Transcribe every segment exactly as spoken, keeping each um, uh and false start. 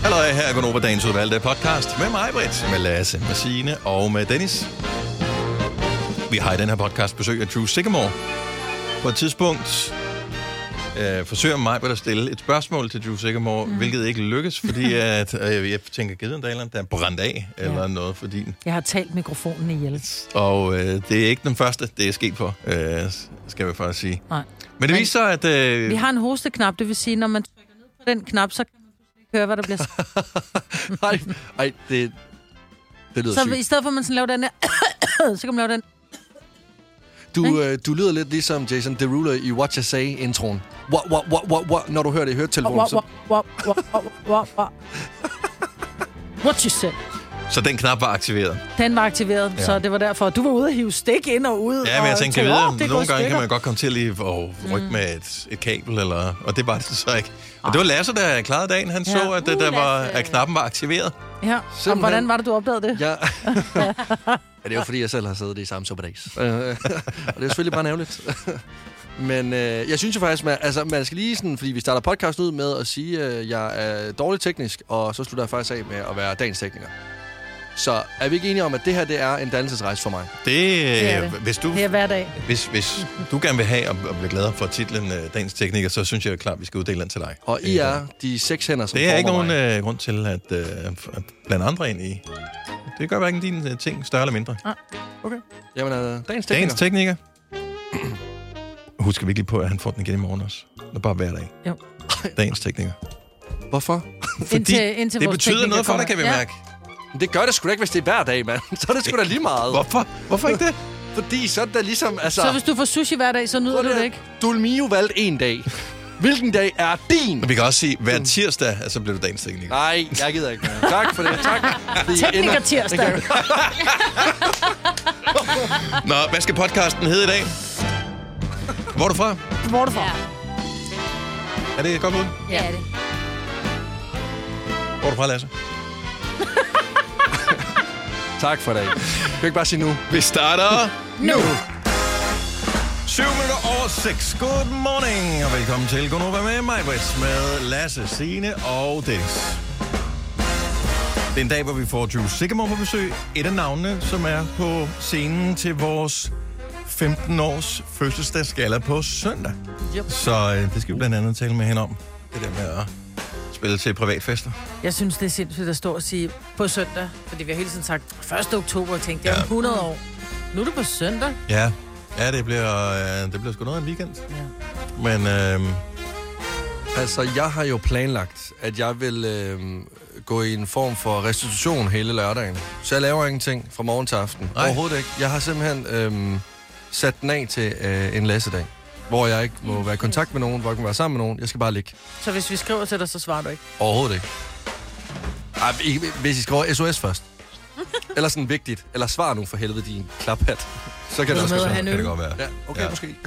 Hallo, her er Gunova, dagens udvalgte podcast med mig, Britt, med Lasse, med Signe og med Dennis. Vi har i den her podcast besøg af Drew Sycamore. På et tidspunkt øh, forsøger mig at stille et spørgsmål til Drew Sycamore, mm. hvilket ikke lykkes, fordi at, øh, jeg tænker, givet der er brændt af eller ja. noget for din. Jeg har talt mikrofonen ihjel. Og øh, det er ikke den første, det er sket for, øh, skal vi faktisk sige. Nej. Men det Men, viser at... Øh, vi har en hosteknap, det vil sige, når man trykker ned på den knap, så kan man pludselig høre, hvad der bliver sagt. Nej, nej, det, det lyder så sygt. Så i stedet for, at man sådan laver den der, så kan man lave den. Du, øh, du lyder lidt ligesom Jason Derulo i What You Say-introen. What, what, what, what, what, når du hører det i høretelefonen. What, what, what, what, what, what, what you said. Så den knap var aktiveret? Den var aktiveret, ja. Så det var derfor. Du var ude at hive stik ind og ud. Ja, men jeg tænker, og videre, nogle gange kan man godt komme til lige at rykke mm. med et, et kabel, eller, og det var det så ikke. Og det var Lasse, der klarede dagen. Han ja. så, at, uh, der var, at knappen var aktiveret. Ja, Simpelthen. Og hvordan var det, du opdagede det? Ja. Ja, det er jo fordi, jeg selv har siddet i samme suppedags. og det er selvfølgelig bare nævligt. Men øh, jeg synes jo faktisk, man, altså, man skal lige sådan, fordi vi starter podcasten ud med at sige, at øh, jeg er dårlig teknisk, og så slutter jeg faktisk af med at være dagens tekniker. Så er vi ikke enige om, at det her det er en dannelsesrejse for mig? Det, det er det. Hvis du, det er hver dag. Hvis, hvis du gerne vil have og, og blive glad for titlen uh, dagens tekniker, så synes jeg klart, at vi skal uddele den til dig. Og I er de seks hænder, som det er ikke nogen uh, grund til at, uh, at blande andre ind i. Det gør hverken dine uh, ting større eller mindre. Ah. Okay. Jamen, uh, dagens tekniker. Dagens tekniker. Husk virkelig på, at han får den igen i morgen også. Det er bare hver dag. Jo. Dagens tekniker. Hvorfor? Fordi indtil, indtil det betyder noget for dig, kan vi ja. mærke. Det gør det sgu da ikke, hvis det er hver dag, mand. Så er det sgu da lige meget. Hvorfor? Hvorfor ikke det? Fordi så er det ligesom, altså... Så hvis du får sushi hver dag, så nyder du det ikke? Dolmio valgte en dag. Hvilken dag er din? Vi kan også sige, hver tirsdag, så bliver du dagens tekniker. Nej, jeg gider ikke. Tak for det. Tak. Tekniker tirsdag. Nå, hvad skal podcasten hedde i dag? Hvor er du fra? Hvor er du fra? Ja. Er det et godt bud? Ja, det. Hvor er du fra, Lasse? Tak for det. Jeg kan ikke bare sige nu. Vi starter nu. Syv minutter over seks. Good morning, og velkommen til Gunova med mig, Britt, med Lasse, Signe og Dennis. Det er en dag, hvor vi får Drew Sycamore på besøg. Et af navnene, som er på scenen til vores femten års fødselsdagsgalla på søndag. Yep. Så øh, det skal vi blandt andet tale med hende om. Det der med at spille til privatfester. Jeg synes, det er sindssygt at stå og sige på søndag, fordi vi har hele tiden sagt første oktober og tænkt, det er ja. om hundrede år. Nu er det på søndag. Ja, ja det bliver, øh, det bliver sgu noget af en weekend. Ja. Men øh, altså, jeg har jo planlagt, at jeg vil øh, gå i en form for restitution hele lørdagen. Så jeg laver ingenting fra morgen til aften. Nej. Overhovedet ikke. Jeg har simpelthen øh, sat den af til øh, en læsedag, hvor jeg ikke må være i kontakt med nogen, hvor jeg ikke må være sammen med nogen. Jeg skal bare ligge. Så hvis vi skriver til dig, så svarer du ikke? Overhovedet ikke. Ej, hvis I skriver S O S først. Eller sådan vigtigt. Eller svar nu for helvede, din klaphat. Så kan det også kan det godt være. Ja, okay, ja. Måske.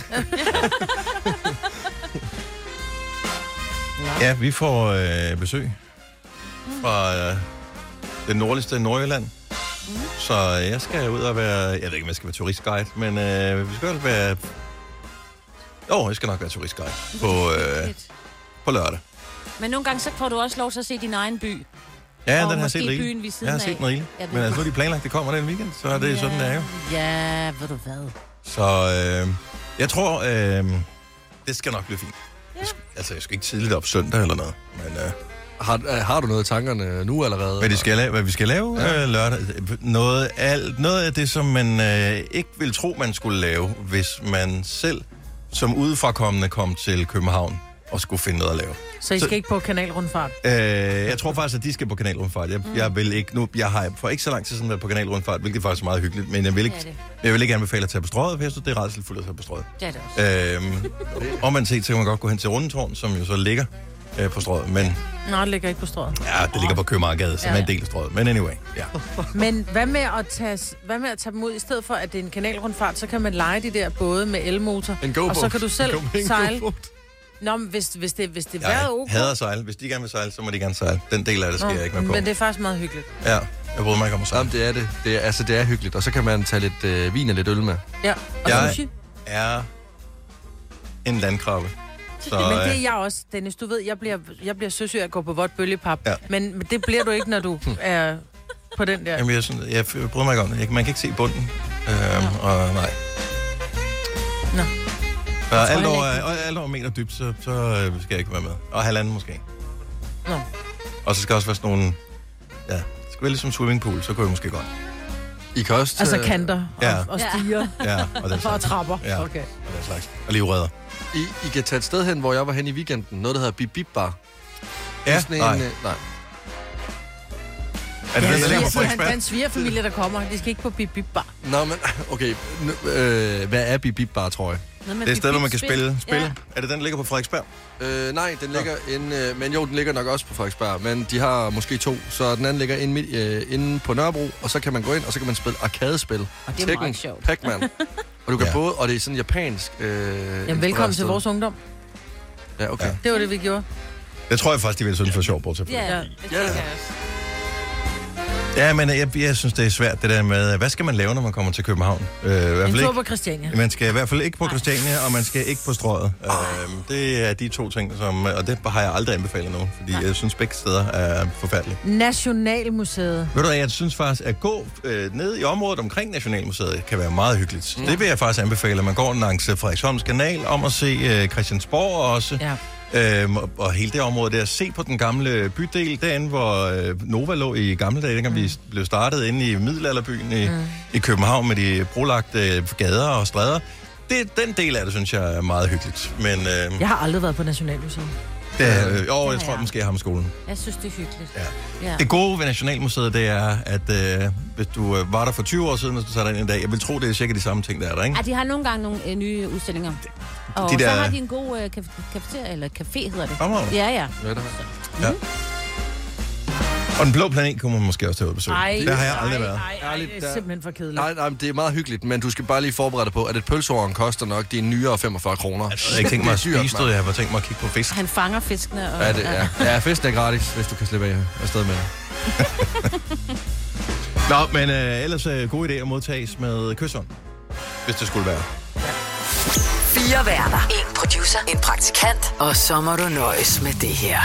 Ja, vi får øh, besøg fra øh, det nordligste Nordjylland. Mm. Så jeg skal ud og være... Jeg ved ikke, om jeg skal være turistguide, men øh, vi skal være... Jo, jeg skal nok være turistguide på, øh, på lørdag. Men nogle gange så får du også lov til at se din egen by. Ja, og den har set rigeligt. Jeg har set den rigeligt. Ja, men altså, nu er de planlagt, det kommer den weekend, så er det ja. sådan, det er jo. Ja, ved du hvad. Så øh, jeg tror, øh, det skal nok blive fint. Ja. Jeg skal, altså, jeg skal ikke tidligt op søndag eller noget, men... Øh, har, har du noget i tankerne nu allerede? Hvad, de skal lave, hvad vi skal lave ja. øh, lørdag? Noget, alt, noget af det, som man øh, ikke ville tro, man skulle lave, hvis man selv som udefrakommende kom til København og skulle finde noget at lave. Så I skal så, ikke på kanalrundfart? Øh, jeg tror faktisk, at de skal på kanalrundfart. Jeg, mm. jeg vil ikke nu. Jeg har for ikke så lang tid siden været på kanalrundfart, hvilket faktisk er meget hyggeligt. Men jeg vil ikke, ja, jeg vil ikke anbefale at tage på Strøget, for jeg synes, det er rædselsfuldt at tage på Strøget. Ja, det er også. Øhm, og man set, så kan man godt gå hen til Rundetårn, som jo så ligger øh, på Strøget. Men nej, det ligger ikke på Strøget. Ja, det ligger på Købmagergade, som ja, ja. er en del af Strøget. Men anyway, ja. Men hvad med at tage, hvad med at tage dem ud i stedet for, at det er en kanalrundfart, så kan man leje de der både med elmotor, og så kan du selv sejle. Nå, men hvis, hvis det, hvis det er vejret ok... Jeg hader sejle. Hvis de gerne vil sejle, så må de gerne sejle. Den del af det skal Nå, jeg ikke med på. Men det er faktisk meget hyggeligt. Ja, jeg bryder mig ikke om at sejle. Jamen, det er det. det er, altså, det er hyggeligt. Og så kan man tage lidt øh, vin og lidt øl med. Ja, og jeg sushi. er en landkrabbe. Så, men det er jeg også, Dennis. Du ved, jeg bliver, jeg bliver søsyg af at gå på vådt bølgepap. Ja. Men, men det bliver du ikke, når du er på den der. Jamen, jeg, synes, jeg bryder mig ikke om det. Jeg, man kan ikke se bunden. Øhm, og nej. Nå. Og alt over, alt over meter dybt, så, så skal jeg ikke være med. Og halvanden måske. Nå. Og så skal også være sådan nogle... Ja, det skal være ligesom swimmingpool, så kunne jeg måske godt. I kan også... Altså kanter og, ja. og stiger. Ja, og den og trapper. Ja, okay. Og den slags. Og livredder. I, I kan tage et sted hen, hvor jeg var hen i weekenden. Noget, der hedder Bip Bip Bar. Ja, nej. En, nej. Er det ja, den, der ligger på Frederiksberg? Der er en svigerfamilie, der kommer. De skal ikke på Bip Bip Bar. Nå, men okay. N- øh, hvad er Bip Bip Bar, tror jeg? Det er et sted, hvor man kan spille. spille. Ja. Er det den, der ligger på Frederiksberg? Øh, nej, den ligger inde, øh, men jo, den ligger nok også på Frederiksberg, men de har måske to, så den anden ligger inde, midt, øh, inde på Nørrebro, og så kan man gå ind, og så kan man spille arkadespil. Og det er Tekken, meget sjovt. Pac-Man. Og du kan ja. både, og det er sådan japansk... Øh, Jamen, velkommen til vores ungdom. Ja, okay. Ja. Det var det, vi gjorde. Det tror jeg faktisk, de ville synes for sjov, bortset fra. Ja, det tænker jeg også. Ja, men jeg, jeg synes, det er svært, det der med, hvad skal man lave, når man kommer til København? Øh, i hvert en tur ikke, på Christiania. Man skal i hvert fald ikke på Christiania, og man skal ikke på Strøget. Øh, det er de to ting, som, og det har jeg aldrig anbefalet nogen, fordi Nej. jeg synes, begge steder er forfærdelige. Nationalmuseet. Ved du hvad, jeg synes faktisk, at gå øh, ned i området omkring Nationalmuseet kan være meget hyggeligt. Mm. Det vil jeg faktisk anbefale, at man går langs Frederiksholms kanal om at se øh, Christiansborg også. Ja. Øhm, og, og hele det område der, se på den gamle bydel, derinde hvor øh, Nova lå i gamle dage, dengang mm. vi blev startet inde i middelalderbyen i, mm. i København med de brolagte øh, gader og stræder. Det, den del af det, synes jeg er meget hyggeligt. Men, øh, jeg har aldrig været på Nationalmuseet. Det, øh, øh, jo, jeg tror jeg, måske, jeg har med skolen. Jeg synes, det er hyggeligt. Ja. Ja. Det gode ved Nationalmuseet, det er, at øh, hvis du øh, var der for tyve år siden, og du tager ind i dag, jeg vil tro, det er cirka de samme ting, der er der, ikke? Ja, de har nogle gange nogle øh, nye udstillinger. Det, og de der... så har de en god øh, cafeteria, eller café hedder det. Kommer. Ja, ja. Ja, det mm. ja. Og den blå planet kunne man måske også tage ud og besøge. Ej, der har jeg aldrig ej, været. Ej, ej, det er simpelthen for kedeligt. Nej, nej, det er meget hyggeligt, men du skal bare lige forberede dig på, at et pølsehorn koster nok de nyere femogfyrre kroner. Jeg har ikke tænkt mig at spise det, jeg har tænkt mig at kigge på fisk. Han fanger fiskene. Og... Ja, det, ja. ja, fisk er gratis, hvis du kan slippe af afsted med det. Nå, men øh, ellers er øh, gode idéer modtages med kysseren, hvis det skulle være. Fire værter. En producer. En praktikant. Og så må du nøjes med det her.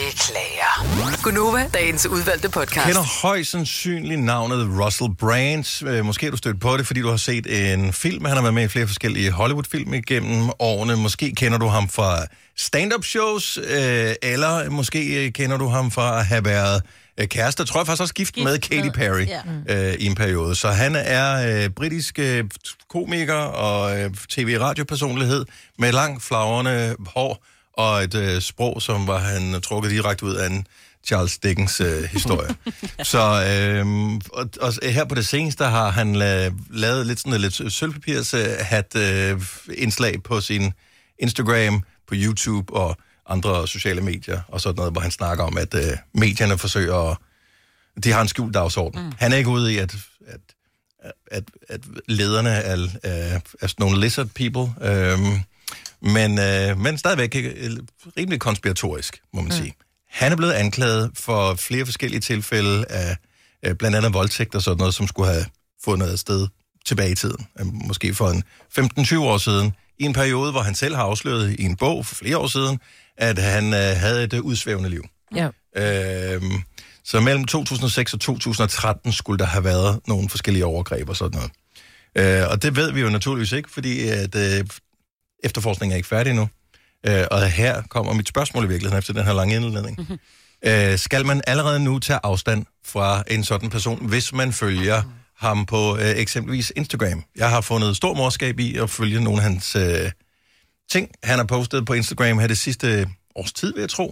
Beklager. Gunova, dagens udvalgte podcast. Kender højst sandsynligt navnet Russell Brand. Måske har du stødt på det, fordi du har set en film. Han har været med i flere forskellige Hollywood-film igennem årene. Måske kender du ham fra stand-up shows, øh, eller måske kender du ham fra at have været kæreste. Jeg tror jeg faktisk også gift, gift med Katy Perry ja. øh, i en periode. Så han er øh, britisk øh, komiker og øh, tv-radiopersonlighed med lang, flagrende hår og et øh, sprog, som var han trukket direkte ud af en Charles Dickens øh, historie. Så øh, og, og her på det seneste har han la- lavet lidt sådan et lidt sølvpapirs øh, hat øh, indslag på sin Instagram, på YouTube og andre sociale medier, og sådan noget, hvor han snakker om, at øh, medierne forsøger at... De har en skjult dagsorden. Mm. Han er ikke ude i, at, at, at, at lederne er, er, er sådan nogle lizard people, øhm, men, øh, men stadigvæk rimelig konspiratorisk, må man mm. sige. Han er blevet anklaget for flere forskellige tilfælde af øh, blandt andet voldtægt og sådan noget, som skulle have fundet sted tilbage i tiden. Måske for en femten tyve år siden, i en periode, hvor han selv har afsløret i en bog for flere år siden, at han øh, havde et øh, udsvævende liv. Ja. Øhm, så mellem to tusind og seks og to tusind og tretten skulle der have været nogle forskellige overgreb og sådan noget. Øh, og det ved vi jo naturligvis ikke, fordi at, øh, efterforskningen er ikke færdig endnu. Øh, og her kommer mit spørgsmål i virkeligheden efter den her lange indledning. Mm-hmm. Øh, skal man allerede nu tage afstand fra en sådan person, hvis man følger mm. ham på øh, eksempelvis Instagram? Jeg har fundet stor morskab i at følge nogle af hans... Øh, ting, han har postet på Instagram her det sidste års tid, vil jeg tro.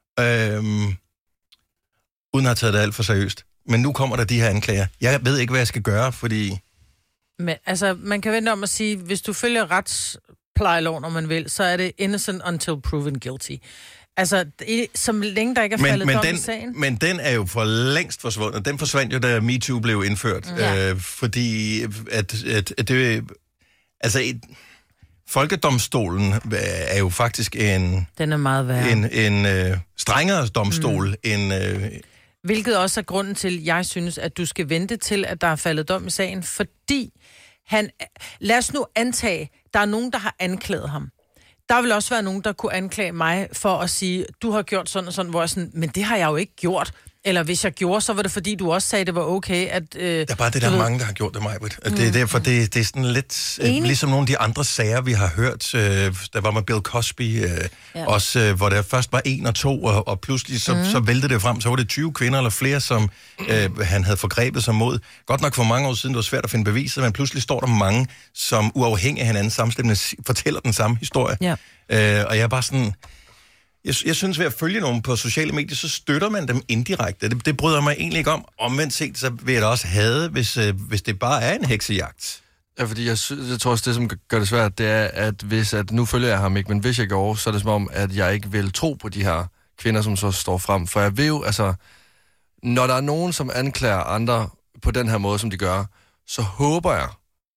Øhm, uden at have taget det alt for seriøst. Men nu kommer der de her anklager. Jeg ved ikke, hvad jeg skal gøre, fordi... Men altså, man kan vente om at sige, hvis du følger retsplejeloven, om man vil, så er det innocent until proven guilty. Altså, som længe der ikke er faldet men, men dom den, i sagen. Men den er jo for længst forsvundet. Den forsvandt jo, da MeToo blev indført. Ja. Øh, fordi at, at, at det... Altså... Et, Folkedomstolen er jo faktisk en... Den er meget værre. En, en øh, strengere domstol mm. end... Øh, Hvilket også er grunden til, jeg synes, at du skal vente til, at der er faldet dom i sagen, fordi han... Lad os nu antage, der er nogen, der har anklaget ham. der vil også være nogen, der kunne anklage mig for at sige, du har gjort sådan og sådan, hvor jeg sådan, men det har jeg jo ikke gjort. Eller hvis jeg gjorde, så var det fordi, du også sagde, det var okay, at... Øh, der er bare det, der er mange, der har gjort det, Majbrit. Mm. Det er derfor, det, det er sådan lidt... Øh, ligesom nogle af de andre sager, vi har hørt. Øh, der var med Bill Cosby, øh, ja. også, øh, hvor der først var en og to, og, og pludselig så, mm. så væltede det frem. Så var det tyve kvinder eller flere, som øh, han havde forgrebet sig mod. Godt nok for mange år siden, det var svært at finde beviser, men pludselig står der mange, som uafhængig af hinanden samstemmende fortæller den samme historie. Ja. Øh, og jeg er bare sådan... Jeg, jeg synes, ved at følge nogen på sociale medier, så støtter man dem indirekte. Det, det bryder mig egentlig ikke om. Omvendt set, så vil jeg da også have, hvis, øh, hvis det bare er en heksejagt. Ja, fordi jeg, jeg tror også, det, som gør det svært, det er, at hvis, at nu følger jeg ham ikke, men hvis jeg går, så er det som om, at jeg ikke vil tro på de her kvinder, som så står frem. For jeg ved jo, altså, når der er nogen, som anklager andre på den her måde, som de gør, så håber jeg,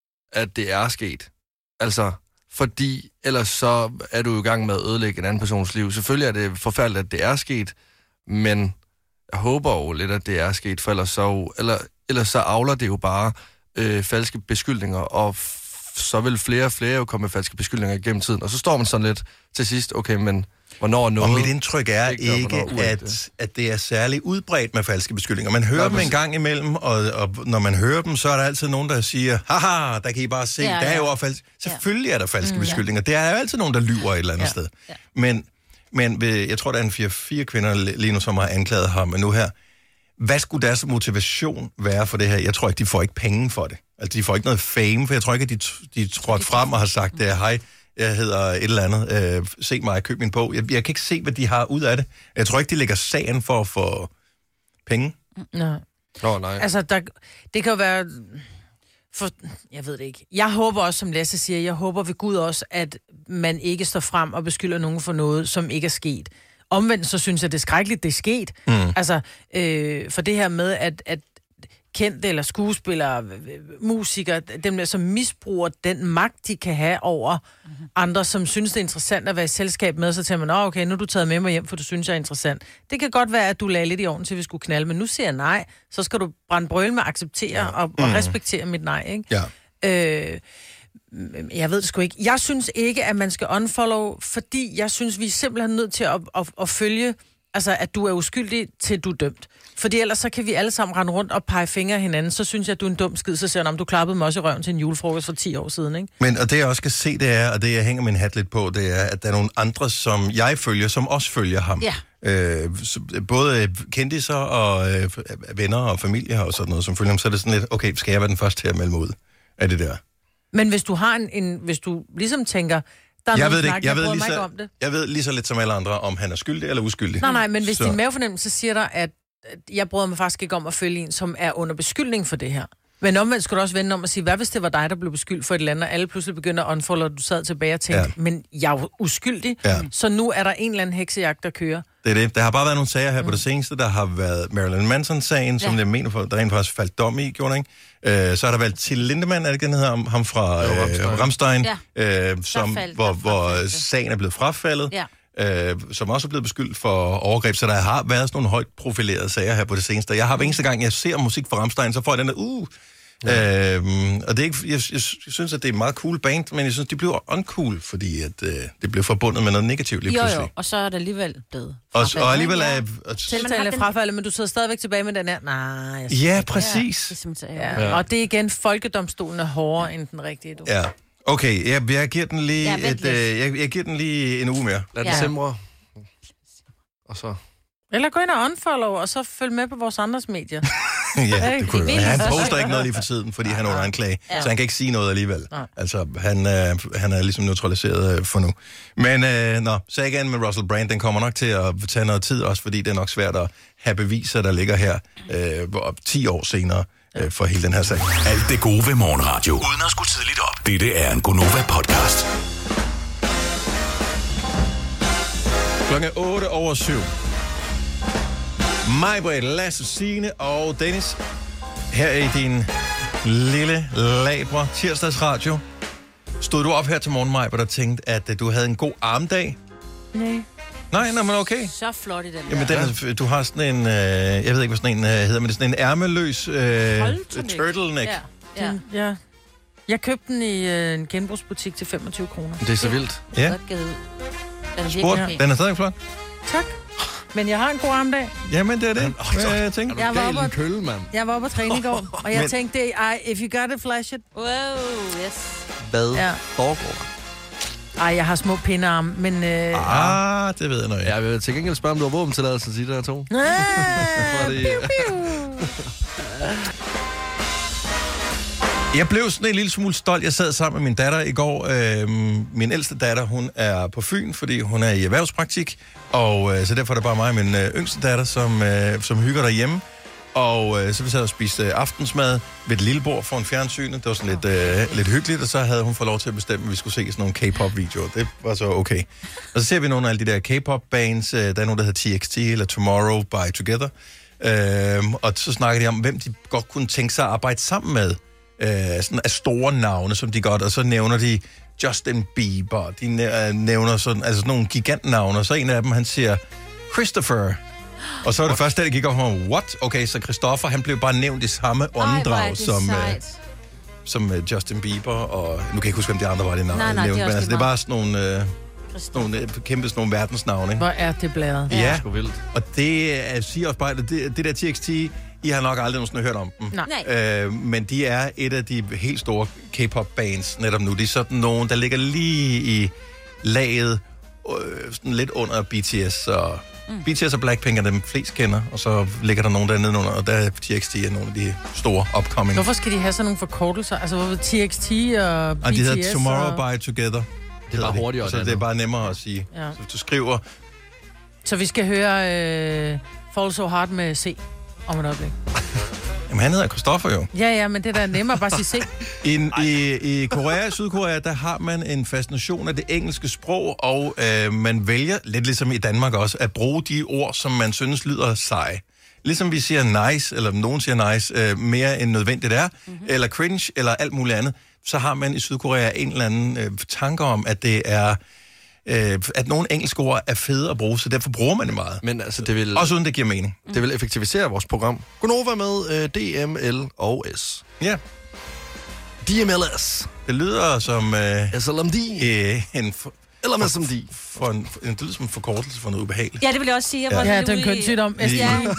at det er sket. Altså... Fordi ellers så er du i gang med at ødelægge en anden persons liv. Selvfølgelig er det forfærdeligt, at det er sket, men jeg håber jo lidt, at det er sket, for ellers så, eller, ellers så avler det jo bare øh, falske beskyldninger, og f- så vil flere og flere jo komme med falske beskyldninger igennem tiden. Og så står man sådan lidt til sidst, okay, men hvornår er noget... Og mit indtryk er ikke, ikke at, at det er særlig udbredt med falske beskyldninger. Man hører ja, dem en gang imellem, og, og når man hører dem, så er der altid nogen, der siger, haha, der kan I bare se, ja, ja. der er jo også falske... Selvfølgelig er der falske mm, beskyldninger. Ja. Der er jo altid nogen, der lyver et eller andet ja. sted. Ja. Men, men jeg tror, der er en fire, fire kvinder lige nu, som har anklaget ham, men nu her... Hvad skulle deres motivation være for det her? Jeg tror ikke, de får ikke penge for det. Altså, de får ikke noget fame, for jeg tror ikke, at de, de trådte frem og har sagt, det hej, jeg hedder et eller andet, øh, se mig, køb min bog. Jeg, jeg kan ikke se, hvad de har ud af det. Jeg tror ikke, de lægger sagen for at få penge. Nej. Nå, nej. Altså, der, det kan jo være... For, jeg ved det ikke. Jeg håber også, som Lasse siger, jeg håber ved Gud også, at man ikke står frem og beskylder nogen for noget, som ikke er sket. Omvendt, så synes jeg, det er skrækkeligt, det er sket. Mm. Altså, øh, for det her med, at, at kendte eller skuespillere, musikere, dem der, som misbruger den magt, de kan have over mm-hmm. andre, som synes, det er interessant at være i selskab med, så tænker man, åh, okay, nu er du taget med mig hjem, for du synes, jeg er interessant. Det kan godt være, at du lagde lidt i ovnen til, vi skulle knalde, men nu siger jeg nej, så skal du brænde brøl med at acceptere ja. og, og mm. respektere mit nej, ikke? Ja. Øh, jeg ved det sgu ikke. Jeg synes ikke, at man skal unfollow, fordi jeg synes, vi er simpelthen nødt til at, at, at følge, altså, at du er uskyldig, til du er dømt. Fordi ellers så kan vi alle sammen rende rundt og pege fingre af hinanden. Så synes jeg, at du er en dum skid, så siger jeg, om du klappede mig også i røven til en julefrokost for ti år siden, ikke? Men, og det jeg også skal se, det er, og det jeg hænger min hat lidt på, det er, at der er nogle andre, som jeg følger, som også følger ham. Ja. Øh, både kendiser og øh, venner og familie og sådan noget, som følger ham. Så er det sådan lidt, okay, skal jeg være den første til at melde mig ud af det der? Men hvis du har en, en hvis du ligesom tænker, der er jeg noget ved snak, jeg, jeg, jeg ved lige så, om det. Jeg ved lige så lidt som alle andre, om han er skyldig eller uskyldig. Nej, nej, men hvis så... din mavefornemmelse siger dig, at jeg bryder mig faktisk ikke om at følge en, som er under beskyldning for det her. Men omvendt skulle du også vende om at sige, hvad hvis det var dig, der blev beskyldt for et eller andet, og alle pludselig begynder at unfollow, og du sad tilbage og tænkte, ja. men jeg er jo uskyldig, ja. så nu er der en eller anden heksejagt, der kører. Det er det. Der har bare været nogle sager her mm. på det seneste. Der har været Marilyn Manson-sagen, som ja. jeg mener, for, der rent faktisk faldt dom i, gjorde ikke? Øh, så har der været til Lindemann, er det den hedder, ham fra øh, Rammstein, Rammstein ja. øh, som, faldt, hvor, hvor sagen er blevet frafaldet. Ja. Øh, som også er blevet beskyldt for overgreb, så der har været sådan nogle højt profilerede sager her på det seneste. Jeg har hver eneste gang, jeg ser musik fra Rammstein, så får jeg den der, uh, ja. øhm, og det er ikke, jeg, jeg, jeg synes, at det er en meget cool band, men jeg synes, de bliver uncool, fordi at, øh, det bliver forbundet med noget negativt lige jo, pludselig. Jo, og så er det alligevel død. Og, og alligevel er... Tiltalende frafaldet, men du sidder stadigvæk tilbage med den her. Nej, jeg synes, ja, præcis. Ja, ja. Ja. Og det er igen, folkedomstolen er hårdere end den rigtige, du. Ja. Okay, jeg, jeg, giver den lige ja, et, øh, jeg, jeg giver den lige en uge mere. Lad den ja. simre. Og så... Eller gå ind og unfollow, og så følg med på vores andres medier. ja, det kunne det være. Han poster ikke noget lige for tiden, fordi han er under anklage, ja. så han kan ikke sige noget alligevel. Ja. Altså, han, øh, han er ligesom neutraliseret øh, for nu. Men, øh, nå, så igen med Russell Brand, den kommer nok til at tage noget tid, også fordi det er nok svært at have beviser, der ligger her øh, ti år senere øh, for hele den her sag. Alt det gode ved morgenradio, uden at skulle tidligt op. Dette er en Gonova-podcast. Klokken er otte over syv. Majbrit, Lasse, Signe og Dennis. Her i din lille labre tirsdagsradio. Stod du op her til morgen, Majbrit, og tænkte, at du havde en god armdag? Nej. Nej, nej, men okay. Så flot i den Jamen, den er, du har sådan en, øh, jeg ved ikke, hvad sådan en øh, hedder, men det er sådan en ærmeløs øh, turtleneck. Ja. Ja. ja. Jeg købte den i øh, en genbrugsbutik til femogtyve kroner. Det er så vildt. Ja. Godt givet ud. Den er Spurgt. virkelig Den er stadig flot. Tak. Men jeg har en god armdag. Jamen, det er det. Åh, Hvad jeg tænker. Jeg var oppe og- kølle, mand. Jeg var oppe at træne i går, og jeg Men- tænkte, I, if you got it, flash it. Wow, yes. Hvad Ja. foregår der? Ej, jeg har små pindearme, men... Øh, Ah, det ved jeg noget. Jeg vil til gengæld spørge, om du har våbentilladelse til de der to. ah, Fordi- piu, piu. Jeg blev sådan en lille smule stolt. Jeg sad sammen med min datter i går. Øhm, min ældste datter, hun er på Fyn, fordi hun er i erhvervspraktik. Og øh, så derfor er det bare mig og min øh, yngste datter, som, øh, som hygger derhjemme. Og øh, så vi sad og spiste øh, aftensmad ved et lille bord foran fjernsynet. Det var sådan lidt, øh, lidt hyggeligt, og så havde hun fået lov til at bestemme, at vi skulle se sådan nogle K-pop-videoer. Det var så okay. Og så ser vi nogle af alle de der K-pop-bands. Øh, der er nogle, der hedder T X T eller Tomorrow by Together. Øh, og så snakker de om, hvem de godt kunne tænke sig at arbejde sammen med. Øh, sådan af store navne, som de godt, og så nævner de Justin Bieber, de nævner sådan, altså sådan nogle gigantnavne, og så en af dem, han siger Christopher. Og så var det først, da det gik op for mig, what? Okay, så Christopher, han blev bare nævnt i samme åndedrag som, uh, som uh, Justin Bieber, og nu kan jeg ikke huske, hvem de andre var, det navn. Nej, nej, det er men også altså, det er lige bare sådan nogle, uh, sådan nogle uh, kæmpe sådan nogle verdensnavne, ikke? Hvor er det bladret. Ja, Det er sgu vildt. og det uh, siger også bare, det, det der T X T, I har nok aldrig nogensinde hørt om dem. Nej. Øh, men de er et af de helt store K-pop-bands netop nu. De er sådan nogen, der ligger lige i laget, øh, sådan lidt under B T S. Og mm. B T S og Blackpink er dem flest kender, og så ligger der nogen der nedenunder, og der er T X T er nogle af de store upcoming. Hvorfor skal de have sådan nogle forkortelser? Altså, hvorfor T X T og B T S? Og de hedder Tomorrow og... by Together. Det er bare hurtigere. Så det er bare nemmere at sige. Ja. Så hvis du skriver, Så vi skal høre øh, Fall So Hard med C om et øjeblik. jamen han hedder Christoffer jo. Ja, ja, men det der er nemmere bare at sige C. I, i, I Korea, i Sydkorea, der har man en fascination af det engelske sprog, og øh, man vælger, lidt ligesom i Danmark også, at bruge de ord, som man synes lyder seje. Ligesom vi siger nice, eller nogen siger nice, øh, mere end nødvendigt er, mm-hmm. eller cringe, eller alt muligt andet, så har man i Sydkorea en eller anden øh, tanke om, at det er, øh, at nogle engelske ord er fede at bruge, så derfor bruger man det meget. Men altså, det vil, Også uden det giver mening. det vil effektivisere vores program. Gunova med øh, D M L og S. Ja, D M L S. det lyder som øh, S L M D. øh, en... For, Eller med som D. for en, for, det lyder som en forkortelse for noget ubehageligt. Ja, det vil jeg også sige. Jeg Ja. var Ja, lige det er en ude i kønssygdom. Ja,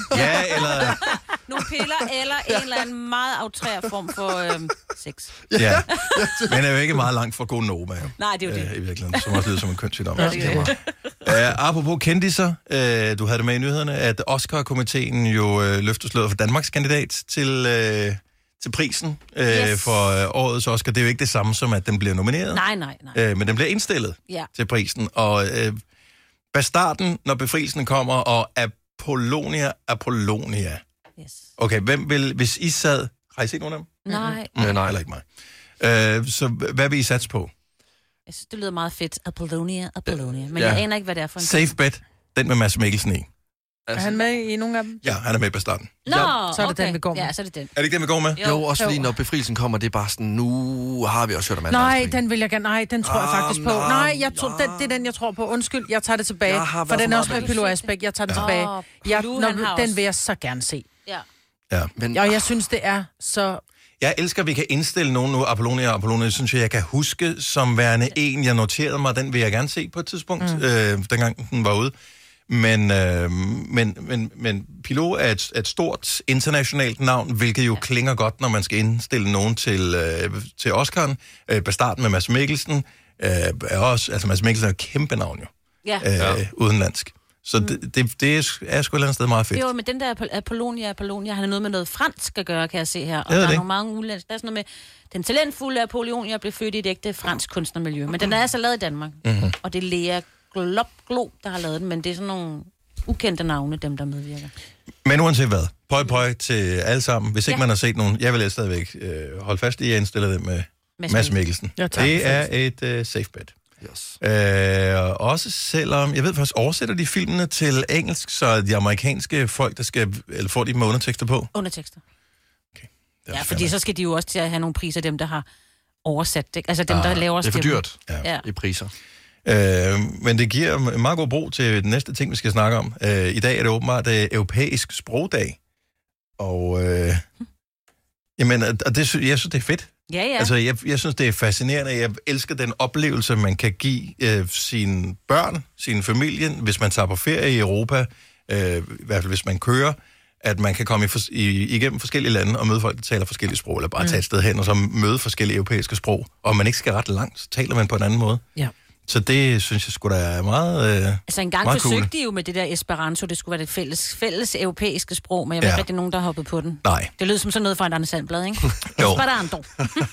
ja eller... Nogle piller eller en eller anden meget outrær form for øhm, sex. Ja, men er jo ikke meget langt fra god Nova, jo. Nej, det er jo det. Øh, I virkeligheden, som også lyder som en kønssygdom. Ja, det er det. Uh, apropos kendisser, uh, du havde det med i nyhederne, at Oscar-komiteen jo uh, løfter sløret for Danmarks kandidat til, uh, til prisen uh, Yes. for uh, årets Oscar. Det er jo ikke det samme som, at den bliver nomineret, Nej, nej, nej. uh, men den bliver indstillet Ja. til prisen. Og uh, bastarden, når befrielsen kommer, og Apollonia, Apollonia. Yes. Okay, hvem vil, hvis I sad... Har I set nogen af dem? Nej, Nej, nej. Heller ikke mig. Uh, så hvad vil I satse på? jeg synes, det lyder meget fedt. Apollonia, Apollonia. Men Ja. jeg aner ikke, hvad det er for en... Safe bet, den med Mads Mikkelsen i. Er han med i nogle af dem? Ja, han er med på starten. Nå, Så er det okay. den, vi går med. Ja, så er det den. Er det ikke den, vi går med? Jo. Jo, også fordi Jo. når befrielsen kommer, det er bare sådan, nu har vi også hørt om anden Nej, verdenskrig. den vil jeg gerne. Nej, den tror jeg Ah, faktisk på. nej, Nej, jeg tror, nej. den, det er den, jeg tror på. Undskyld, jeg tager det tilbage. Jeg har For været den for er også meget med med Pilo det. Asbæk. Jeg tager den Åh, tilbage. Jeg, Pilou, når, han har den også- vil jeg så gerne se. Ja. Ja. Men, Og jeg synes, det er så... Jeg elsker, at vi kan indstille nogen nu. Apollonia og Apollonia, synes jeg, jeg kan huske som værende en. Jeg noterede mig, den vil jeg gerne se på et tidspunkt, mm. øh, dengang den var ude. Men, øh, men, men, men Pilou er et, et stort internationalt navn, hvilket jo ja. klinger godt, når man skal indstille nogen til, øh, til Oscar'en. Øh, Bastarden med Mads Mikkelsen øh, er også... Altså, Mads Mikkelsen er et kæmpe navn jo. Ja. Øh, udenlandsk. Så mm. det, det, det er sgu et eller andet sted meget fedt. Det var med den der Apollonia, Apollonia, han har noget med noget fransk at gøre, kan jeg se her. Og Jeg ved der er det nogle mange udenlandske. Der er sådan noget med, den talentfulde Apollonia blev født i et ægte fransk kunstnermiljø. Men den er altså lavet i Danmark. Mm-hmm. Og det er Lea Glop Glo, der har lavet den, men det er sådan nogle ukendte navne, dem der medvirker. Men uanset hvad, pøj pøj til alle sammen. Hvis ikke Ja. man har set nogen, jeg vil stadigvæk øh, holde fast i, at jeg indstiller det med Mads Mads Mikkelsen. Ja, tak. Det er et øh, safe bet. yes. Øh, også selvom, jeg ved faktisk, oversætter de filmene til engelsk, så de amerikanske folk, der skal, eller får de med undertekster på? Undertekster. Det er Ja, fair fordi nok. så skal de jo også til at have nogle priser, dem der har oversat det. Altså dem, Ah, der laver Det er for stemmen. dyrt Ja. i priser. Øh, men det giver en meget god brug til den næste ting, vi skal snakke om. Øh, I dag er det åbenbart øh, europæisk sprogdag. Og øh, Jamen, og det, sy- jeg synes, det er fedt. Ja, ja. Altså, jeg, jeg synes, det er fascinerende. Jeg elsker den oplevelse, man kan give øh, sine børn, sin familie, hvis man tager på ferie i Europa, øh, i hvert fald hvis man kører, at man kan komme i, fors- i, igennem forskellige lande og møde folk, der taler forskellige sprog, eller bare mm. tage et sted hen og så møde forskellige europæiske sprog. Og man ikke skal ret langt, så taler man på en anden måde. Ja. Så det synes jeg sgu da er meget øh, Altså engang meget forsøgte cool. de jo med det der Esperanto, det skulle være det fælles, fælles europæiske sprog, men jeg ved Ja. ikke rigtig nogen, der har hoppet på den. Nej. Det lød som sådan noget fra et andet sandblad, ikke? Jo. Esperanto.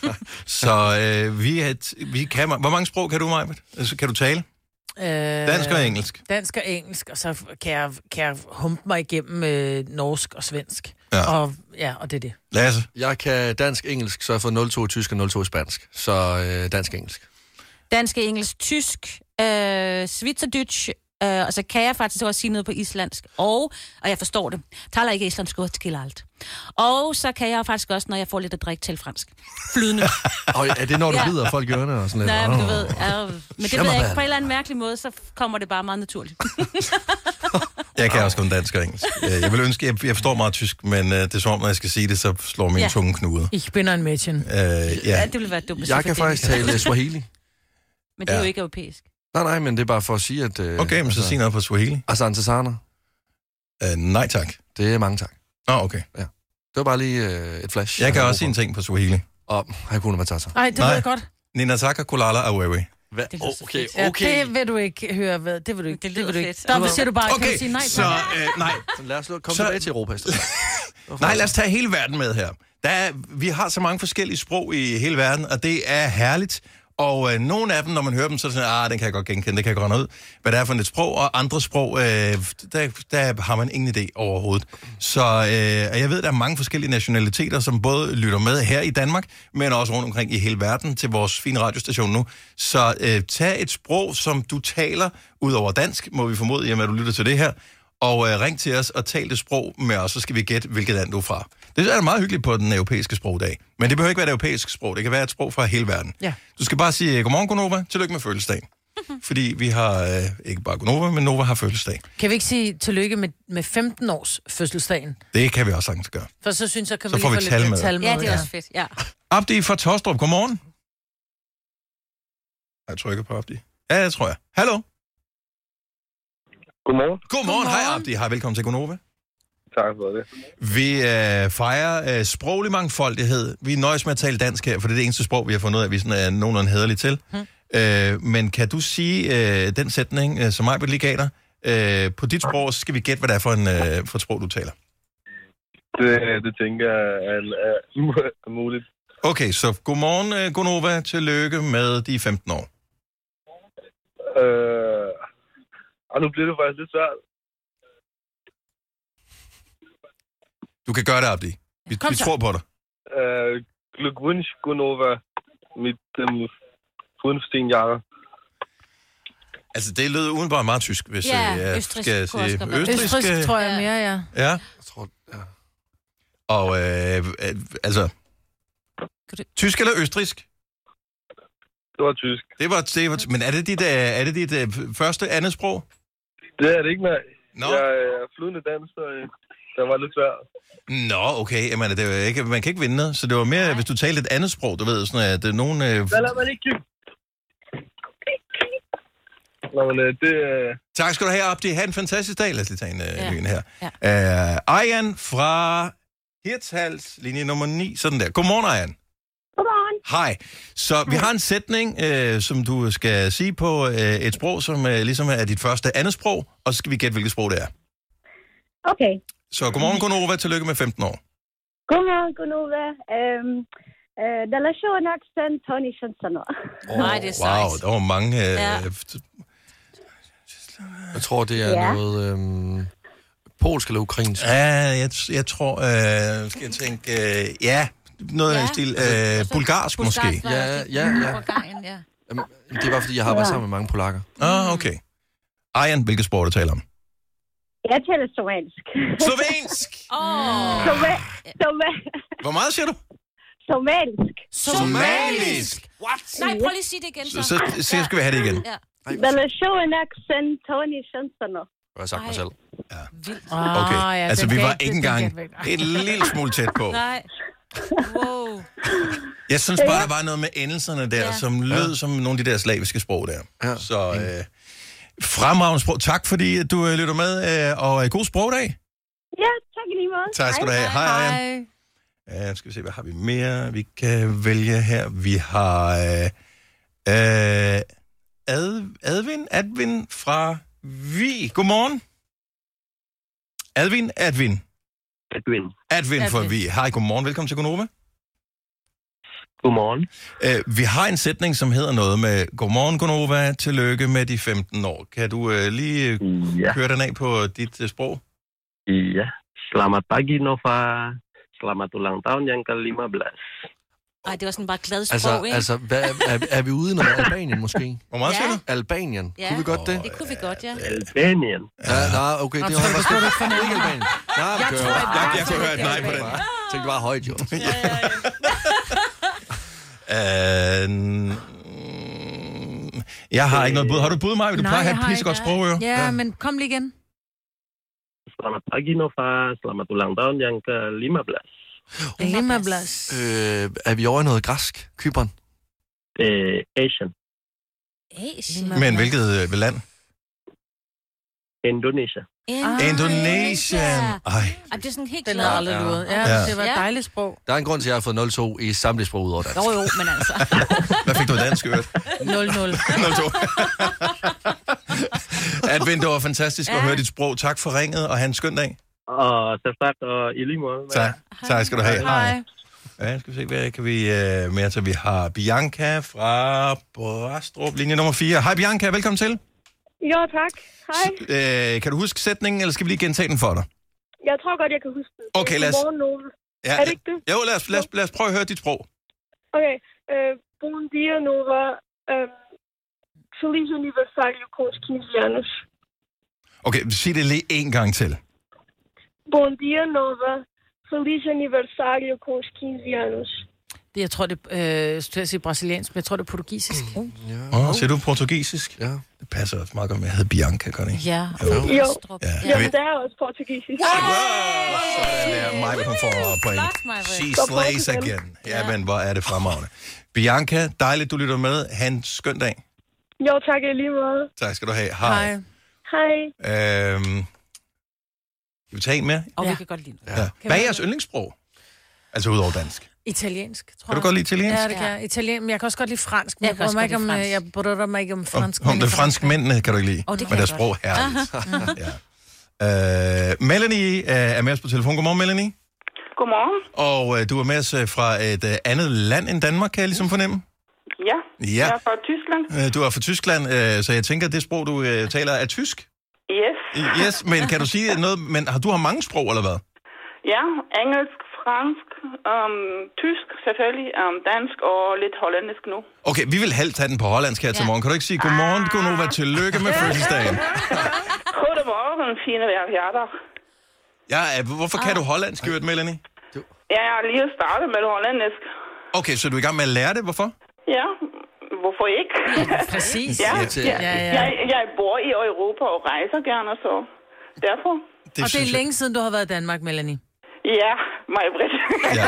Så øh, vi, er t- vi kan... Hvor mange sprog kan du, Majbert? Altså, kan du tale? Øh, Dansk og engelsk? Dansk og engelsk, og så kan jeg, kan jeg humpe mig igennem øh, norsk og svensk. Ja. Og, ja, og det er det. Lasse? Jeg kan dansk-engelsk, så jeg får nul to i tysk og nul to i spansk. Så øh, dansk-engelsk. Dansk, engelsk, tysk, øh, schweizerdeutsch, øh, og så kan jeg faktisk også sige noget på islandsk. Og, og jeg forstår det, taler ikke islandsk godt til alt. Og så kan jeg faktisk også, når jeg får lidt at drikke, til fransk. Flydende. Og er det, når du Ja. bider folk i ørerne og sådan lidt? Nej, men du Åh. ved, ja, men det ved jeg ikke. På en eller anden mærkelig måde, så kommer det bare meget naturligt. Jeg kan også kun dansk og engelsk. Øh, Jeg vil ønske, jeg, jeg forstår meget tysk, men uh, det er som om, når jeg skal sige det, så slår min Ja. tunge knude. Ich bin ein Mädchen. Uh, ja. Ja, det ville være dumt. at sige Jeg kan for faktisk det. tale Swahili. Men det er Ja. jo ikke europæisk. Nej, nej, men det er bare for at sige, at... Øh, Okay, men så sig noget på Swahili. Asante Sana. Uh, nej tak. Det er mange tak. Nå, oh, okay. Det var bare lige øh, et flash. Jeg kan har også sige brug en ting på Swahili. for. Og Hakuna Matata. Nej, det Nej. ved jeg godt. Ninataka kulala awewe. Hvad? Det lyder så Okay, fedt. Ja, okay. det vil du ikke høre. Hvad? Det vil du ikke. Det Det, lyder vil du ikke. fedt. Der siger du bare, kan Okay, du sige nej så tak? uh, nej. Så lad os komme Så- tilbage til Europa i stedet. Nej, lad os tage hele verden med her. Der er, vi har så mange forskellige sprog i hele verden, og det er herligt. Og øh, nogle af dem, når man hører dem, så er det sådan, ah, den kan jeg godt genkende, det kan jeg godt regne ud, hvad det er for et sprog, og andre sprog, øh, der, der har man ingen idé overhovedet. Så øh, og jeg ved, der er mange forskellige nationaliteter, som både lytter med her i Danmark, men også rundt omkring i hele verden til vores fine radiostation nu. Så øh, tag et sprog, som du taler, ud over dansk, må vi formode, hjemme, at du lytter til det her, og øh, ring til os og tal det sprog med os, så skal vi gætte, hvilket land du er fra. Det er meget hyggeligt på den europæiske sprogdag. Men det behøver ikke være et europæisk sprog. Det kan være et sprog fra hele verden. Ja. Du skal bare sige, godmorgen, Gunova. Tillykke med fødselsdagen. Fordi vi har, øh, ikke bare Gunova, men Nova har fødselsdag. Kan vi ikke sige tillykke med, med femten års fødselsdagen? Det kan vi også sagtens gøre. For så synes jeg, kan Så vi får lige vi få tal lidt med. tal med. Ja, det er også fedt, ja. Abdi fra Tostrup, godmorgen. Jeg trykker på Abdi. Ja, det tror jeg. Hallo. Godmorgen. Godmorgen. Hej Abdi. Hej, velkommen til Gunova. Tak for det. Vi øh, fejrer øh, sproglig mangfoldighed. Vi nøjes med at tale dansk her, for det er det eneste sprog, vi har fundet ud af, at vi sådan er nogenlunde hæderlige til. Hmm. Øh, men kan du sige øh, den sætning, øh, som mig lige gav dig, øh, på dit sprog, så skal vi gætte, hvad det er for, en, øh, for et sprog, du taler. Det, det tænker jeg er, er, er muligt. Okay, så godmorgen, øh, Gunova. Tillykke med de femten år. Øh, og nu bliver det faktisk lidt svært. Du kan gøre det, Abdi. Vi, Kom vi så. tror på dig. Øh, Glückwunsch, Gunova, mit dem fünfzehn Jahre. Altså, det lød udenbart meget tysk, hvis Ja, øh, jeg østrigsk skal kunne også sige. godt være. Østrigsk, Østrisk, øh, tror jeg mere, ja. ja. Jeg tror, ja. Og, øh, øh, altså... Kan du- Tysk eller østrisk? Det var tysk. Det var, det var, men er det dit, øh, er det dit øh, første andet sprog? Det er det ikke, nej. Nå. Jeg er flydende dansk, så øh, det var lidt svært. Nå, okay. Jamen, det er jo ikke, man kan ikke vinde noget. Så det var mere, hvis du talte et andet sprog, du ved, sådan at øh, nogen... Øh, Hvad lader man ikke? Nå, men øh, det... Øh, tak skal du have, Abdi. Ha' en fantastisk dag. Lad os lige tage en øh, Ja. lyn her. Ja. Øh, Ayan fra Hirtshals, linje nummer ni. Sådan der. Godmorgen, Ayan. Godmorgen. Hej. Så vi har en sætning, øh, som du skal sige på øh, et sprog, som øh, ligesom er dit første andet sprog, og så skal vi gætte, hvilket sprog det er. Okay. Så godmorgen, Gunova. Tillykke med femten år. Godmorgen, Gunova. Øhm, øh, Relationen sen Tony Schansano. Nej, det er Wow, sejt. der var mange... Øh, Ja. Jeg tror, det er Ja. noget øhm, polsk eller ukrainsk. Ja, jeg, jeg tror... Øh, skal jeg tænke... Øh, ja, noget ja. Ja. i stil... Øh, bulgarsk måske. Ja, ja, ja. Bulgarien, ja. Jamen, det er bare, fordi jeg har været sammen med mange polakker. Ah, okay. Ayan, hvilket sprog du taler om? Jeg taler somalisk. Slovensk! Åh! Soma- Soma- Hvor meget siger du? Somalisk. Somalisk! What? Nej, prøv lige at sige det igen, Så, så. så, så skal vi have det igen. Ja. Relationen sen Tony Schansano. Jeg har sagt mig Ej. selv. Okay, Ah, ja, altså den vi kan var ikke- ikke den kan engang jeg ikke- et lille smule tæt på. Nej. Wow. Jeg synes bare, der var noget med endelserne der, ja. som lød ja. som nogle af de der slaviske sprog der. Ja. Så øh, fremragende sprog. Tak fordi du øh, lytter med, øh, og øh, god sprogdag. Ja, tak i lige måde. Tak skal du have. Hej, hej. Ja, skal vi se, hvad har vi mere, vi kan vælge her. Vi har øh, øh, Ad, Advin, Advin fra Vi. Godmorgen. Advin, Advin. Advin. Advin fra Vi. Hej, godmorgen. Velkommen til Gonova. Godmorgen. Uh, vi har en sætning, som hedder noget med Godmorgen, Gonova, tillykke med de femten år. Kan du uh, lige ja. køre den af på dit uh, sprog? Ja. Selamat pagi, Nova. Selamat ulang tahun yang ke lima belas. Ej, det var sådan bare glad sprog, altså, ikke? Altså, hvad, er, er vi ude i noget Albanien måske? Hvor meget ja. siger du? Albanien. Ja. Kunne vi godt det? Det kunne vi godt, ja. Albanien. Ja, nej, okay. Det var faktisk ikke Albanien. Nej, Jeg jeg, tror, at- Jeg, jeg kunne høre et nej på den. jeg tænkte, det var højt, jo. Uh, jeg har ikke noget bud. Har du et bud, Maja? Du Nej, plejer at jeg have har et pissegodt ikke. sprog, jo. Ja, men kom lige igen. Selamat pagi, Nova. Selamat ulang tahun yang ke lima belas. Limablas. Øh, er vi over i noget græsk? Cypern? Det er Asian. Asien. Men hvilket øh, land? Indonesia. Indonesien. Ej, Ej, det er sådan helt Den glad. har aldrig luret. Ja, Ja. det var et Ja. dejligt sprog. Der er en grund til, at jeg har fået nul to i samtlige sprog ud over dansk. Jo, jo, men altså. hvad fik du i dansk, øvrigt? nul nul. nul to. Advin, det var fantastisk at høre dit sprog. Tak for ringet, og have en skøn dag. Og selv tak, og i lige måde. Tak. Tak skal du have. Hej. Ja, skal vi se, hvad kan vi uh, mere til? Vi har Bianca fra Brastrup, linje nummer fire. Hej Bianca, velkommen til. Jo, tak. Hej. Uh, kan du huske sætningen, eller skal vi lige gentage den for dig? Jeg tror godt, jeg kan huske det. Okay, lad os- Godmorgen, Nova. Ja, Er det ikke det? Jo, lad os, lad os, lad os prøve at høre dit sprog. Okay. Uh, bom dia, Nova. Um, feliz aniversário com os quinze anos. Okay, sig det lige en gang til. Bom dia, Nova. Feliz aniversário com os quinze anos. Det, jeg tror, det er øh, skulle jeg sige brasiliansk, men jeg tror, det er portugisisk. Åh, oh, siger du portugisisk? Ja. Det passer også meget godt med, at jeg hedder Bianca, gør det ikke? Ja. Jo. Jo. Ja. Ja, Kan vi... men det er også portugisisk. Sådan der, mig, hun får point. She slays again. Ja, men hvor er det fremragende. Bianca, dejligt, du lytter med. Ha' en skøn dag. Jo, tak i lige måde. Tak skal du have. Hej. Hej. Hej. Øhm, skal vi tage en mere? Og Ja. vi kan godt lide det. Ja. Hvad er jeres yndlingssprog? Altså udover dansk. Italiensk, tror Kan jeg. du godt lide italiensk? Ja, det kan jeg. Italien, men jeg kan også godt lide fransk. Men Jeg jeg, kan også bryder mig godt ikke om, lide øh, jeg bryder mig ikke om fransk. Om, om det franske mændene kan du ikke lide. Åh, det kan men deres jeg sprog er herligt. ja. uh, Melanie uh, er med os på telefon. Godmorgen, Melanie. Godmorgen. Og uh, du er med os uh, fra et uh, andet land end Danmark, kan jeg ligesom fornemme? Ja, Ja. jeg er fra Tyskland. Uh, du er fra Tyskland, uh, så jeg tænker, at det sprog, du uh, taler, er tysk? Yes. Yes, men kan du sige noget? Men har du har mange sprog, eller hvad? Ja, engelsk, fransk, um, tysk selvfølgelig, um, dansk og lidt hollandsk nu. Okay, vi vil helst have den på hollandsk her til morgen. Kan du ikke sige godmorgen, Gunova, tillykke med fødselsdagen? Godmorgen, fine værter. Ja, uh, hvorfor kan du hollandsk, Jørgen, Melanie? Ja, jeg har lige startet med hollandsk. Okay, så er du i gang med at lære det, hvorfor? Ja, hvorfor ikke? Præcis. ja, til- ja, Ja, ja. Jeg, jeg bor i Europa og rejser gerne, så derfor. Det Og det synes er længe siden, du har været i Danmark, Melanie. Ja, mig Britt. Ja.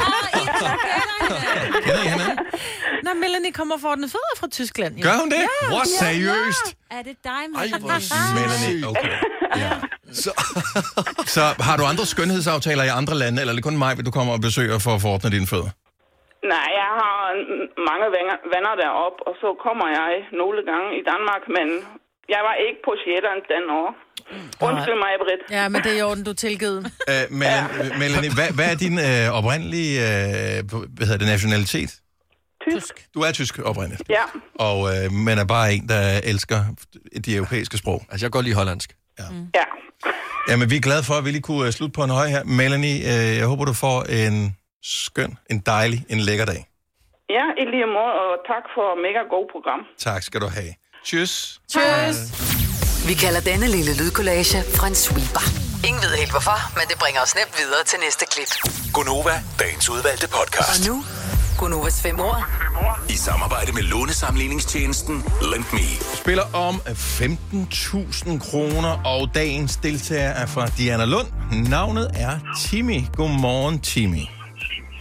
Kender I hinanden? Nå, Melanie kommer for den fødder fra Tyskland. Jo. Gør hun det? Ja, What, seriøst? Er det dig, Ej, Melanie? hvor Melanie, okay. Ja. Så, Så har du andre skønhedsaftaler i andre lande, eller er det kun mig, vil du kommer og besøger for at forordne dine fødder? Nej, jeg har mange venner, venner deroppe, og så kommer jeg nogle gange i Danmark, men jeg var ikke på Sjælland den år. Undskyld mig, Britt. Ja, men det er i orden, du er tilgivet. Uh, Melanie, Melanie hvad, hvad er din uh, oprindelige uh, hvad hedder det, nationalitet? Tysk. Du er tysk oprindeligt, Ja. og uh, men er bare en, der elsker de europæiske sprog. altså, jeg kan godt lide hollandsk. Ja. Jamen, vi er glade for, at vi lige kunne uh, slutte på en høj her. Melanie, uh, jeg håber, du får en skøn, en dejlig, en lækker dag. Ja, i lige måde, og tak for et mega god program. Tak skal du have. Tschüss. Tschüss. Vi kalder denne lille lydkollage en sweeper. Ingen ved helt hvorfor, men det bringer os nemt videre til næste klip. Gonova, dagens udvalgte podcast. Og nu, Gonovas fem år. I samarbejde med lånesamligningstjenesten Lend Me. Spiller om femten tusind kroner, og dagens deltager er fra Diana Lund. Navnet er Timmy. Godmorgen, Timmy.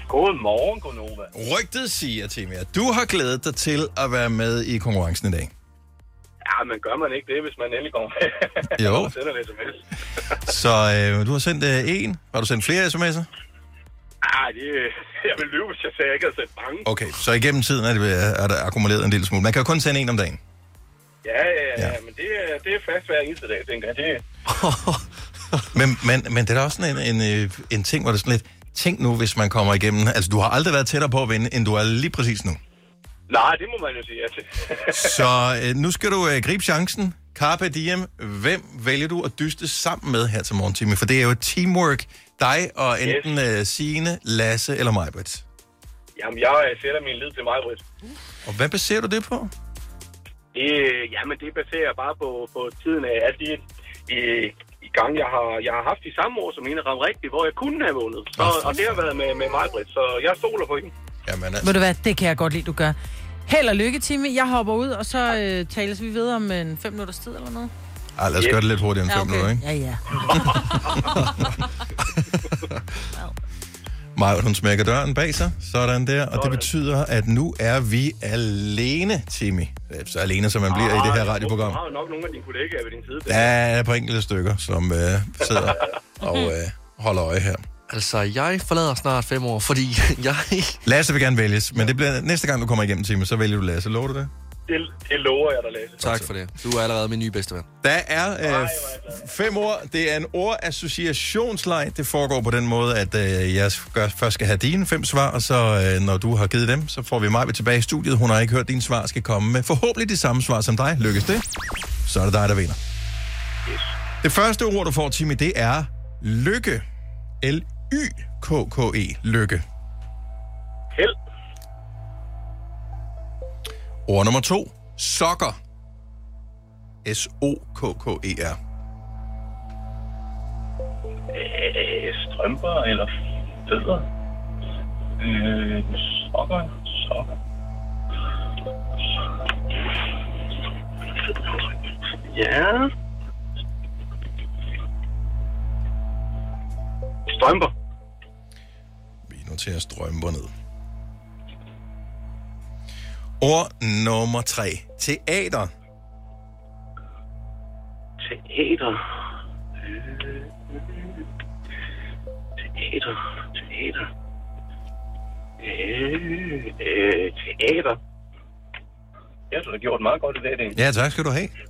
Godmorgen, Gonova. Rygtet siger, Timmy, at du har glædet dig til at være med i konkurrencen i dag. Ja, men gør man ikke det, hvis man endelig kommer med? Jo. Jeg sender en sms. Så øh, du har sendt øh, en. Har du sendt flere sms'er? Nej, det, jeg vil lyve, hvis jeg sagde, at jeg ikke har sendt mange. Okay, så igennem tiden er, det, er der akkumuleret en lille smule. Man kan jo kun sende en om dagen. Ja, ja, ja, ja. Men det, det er fast hver eneste dag, tænker jeg. Det... men, men, men det er da også en, en, en, en ting, hvor det er sådan lidt... Tænk nu, hvis man kommer igennem... Altså, du har aldrig været tættere på at vinde, end du er lige præcis nu. Nej, det må man jo sige ja til. Så øh, nu skal du øh, gribe chancen. Carpe diem. Hvem vælger du at dyste sammen med her til morgen, Timmy? For det er jo et teamwork. Dig og enten yes. øh, Signe, Lasse eller Majbrit. Jamen, jeg sætter min lid til Majbrit. Og hvad baserer du det på? Det, jamen, det baserer jeg bare på, på tiden af alt det... I, i gang, jeg har, jeg har haft de samme år som hende ramt rigtigt, hvor jeg kunne have vundet. Så, og det har været med, med Majbrit, så jeg stoler på hende. Jamen, altså. Ved du hvad, det kan jeg godt lide, du gør. Held og lykke, Timmy. Jeg hopper ud, og så øh, tales vi videre om en fem minutters tid eller noget. Ej, lad os yes. gøre det lidt hurtigere end ja, fem okay. minutter, ikke? Ja, ja. Maja, hun smækker døren bag sig. Sådan der. Og det betyder, at nu er vi alene, Timmy. Så alene, som man bliver ah, i det her radioprogram. Du har jo nok nogle af dine kollegaer ved din side. Der er et par enkelte stykker, som øh, sidder og øh, holder øje her. Altså, jeg forlader snart fem år, fordi jeg... Lasse vil gerne vælges, men det bliver næste gang, du kommer igennem, Timmy, så vælger du Lasse. Lover du det? Det, det lover jeg dig, Lasse. Tak for det. Du er allerede min nye bedsteven. Der er øh, fem ord. Det er en ordassociationsleg. Det foregår på den måde, at øh, jeg gør, først skal have dine fem svar, og så øh, når du har givet dem, så får vi mig tilbage i studiet. Hun har ikke hørt dine svar, skal komme med forhåbentlig de samme svar som dig. Lykkes det? Så er det dig, der vinder. Yes. Det første ord, du får, Timmy, det er lykke. L Y K K E. Lykke. Held. Ord nummer to. Sokker. S O K K E R. Øh, strømper eller fødder. Øh, sokker. Sokker. Ja. Strømper. Vi noterer strømper ned. Ord nummer tre. Teater. Teater. Teater. Teater. Øh, øh, teater. Jeg tror, du har gjort meget godt i dag, det. Ja, tak skal du have.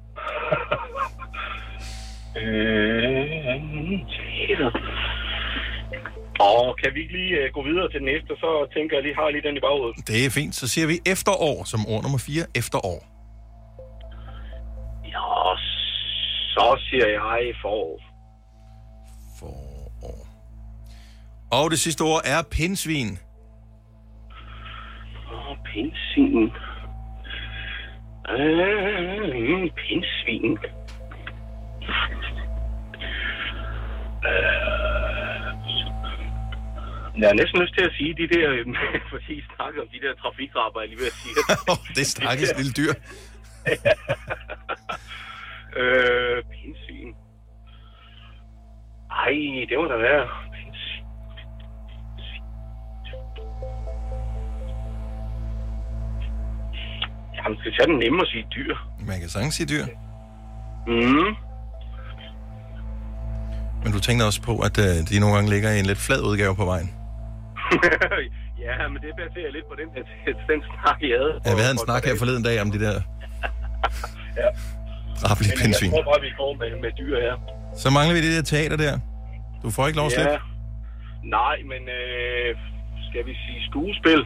øh, teater. Og kan vi ikke lige uh, gå videre til den næste, så tænker jeg lige, har jeg lige den i baghovedet. Det er fint. Så siger vi efterår som ord nummer fire. Efterår. Ja, så siger jeg forår. Forår. Og det sidste ord er pindsvin. Åh, pindsvin. Øh, pindsvin. Øh... Jeg har næsten lyst til at sige de der, fordi I snakker om de der trafikrapper, jeg lige vil sige. Det er stakkels lille dyr. øh, pindsvin. Ej, det må da være. Pindsvin. Jamen, skal jeg den nemme at sige dyr? Man kan sagtens sige dyr. Mhm. Men du tænker også på, at uh, de nogle gange ligger i en lidt flad udgave på vejen. Ja, men det baserer lidt på den, den snak, jeg havde. Ja, vi havde en snak her forleden dag om de der... ja. Rappelige pindsvin. Jeg tror bare, vi går med, med dyr her. Så mangler vi det der teater der. Du får ikke lov at slippe. Ja. Nej, men øh, skal vi sige skuespil?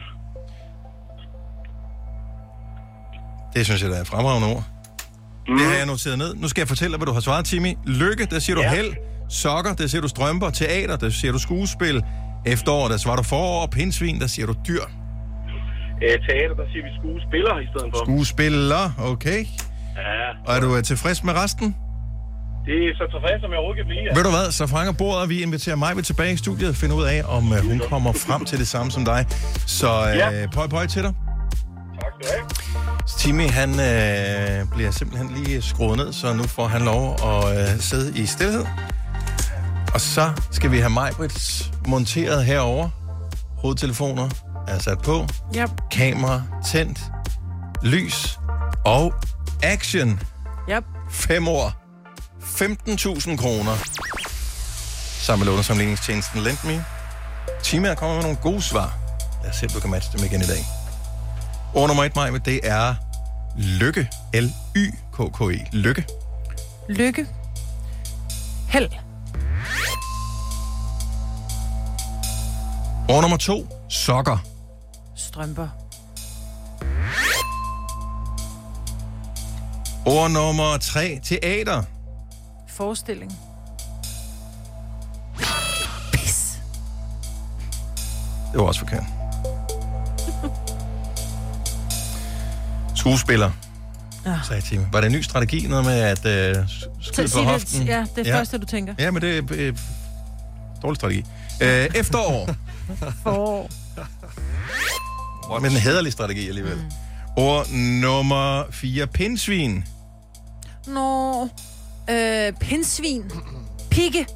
Det synes jeg, der er fremragende ord. Mm. Det har jeg noteret ned. Nu skal jeg fortælle dig, hvad du har svaret, Timmy. Lykke, der siger du ja. Held. Sokker, der siger du strømper. Teater, der siger du skuespil. Efterår, der svarer du forår. Pindsvin, der siger du dyr. Æ, teater, der siger vi skuespiller i stedet for. Skuespiller, okay. Ja. Og er du til frisk med resten? Det er så tilfreds, som jeg overhovedet kan blive. Ja. Ved du hvad, så fanger bordet, og vi inviterer mig tilbage i studiet og finder ud af, om uh, hun kommer frem til det samme som dig. Så uh, ja. pøj, pøj til dig. Tak skal du have. Timmy, han øh, bliver simpelthen lige skruet ned, så nu får han lov at øh, sidde i stilhed. Og så skal vi have Majbrit monteret herover. Hovedtelefoner er sat på. Yep. Kamera tændt. Lys. Og action. Yep. Fem år. femten tusind kroner. Sammen med lånesamligningstjenesten LendMe. Teamet er kommet med nogle gode svar. Lad os se, om du kan matche dem igen i dag. Ord nummer et, Maja, det er lykke. L Y K K E. Lykke. Lykke. Held. Ord nummer to, sokker. Strømper. Ord nummer tre, teater. Forestilling. Pis. Det var også forkert. Skuespiller. Ja. Sagde Tim. Var det en ny strategi, noget med at øh, skyde på hoften? Det, ja, det er ja. første, du tænker. Ja, men det er øh, dårlig strategi. Øh, efterår. Forår. Men en hæderlig strategi alligevel. Mm. Ord nummer fire, pindsvin. Nå, øh, pindsvin. Pigge.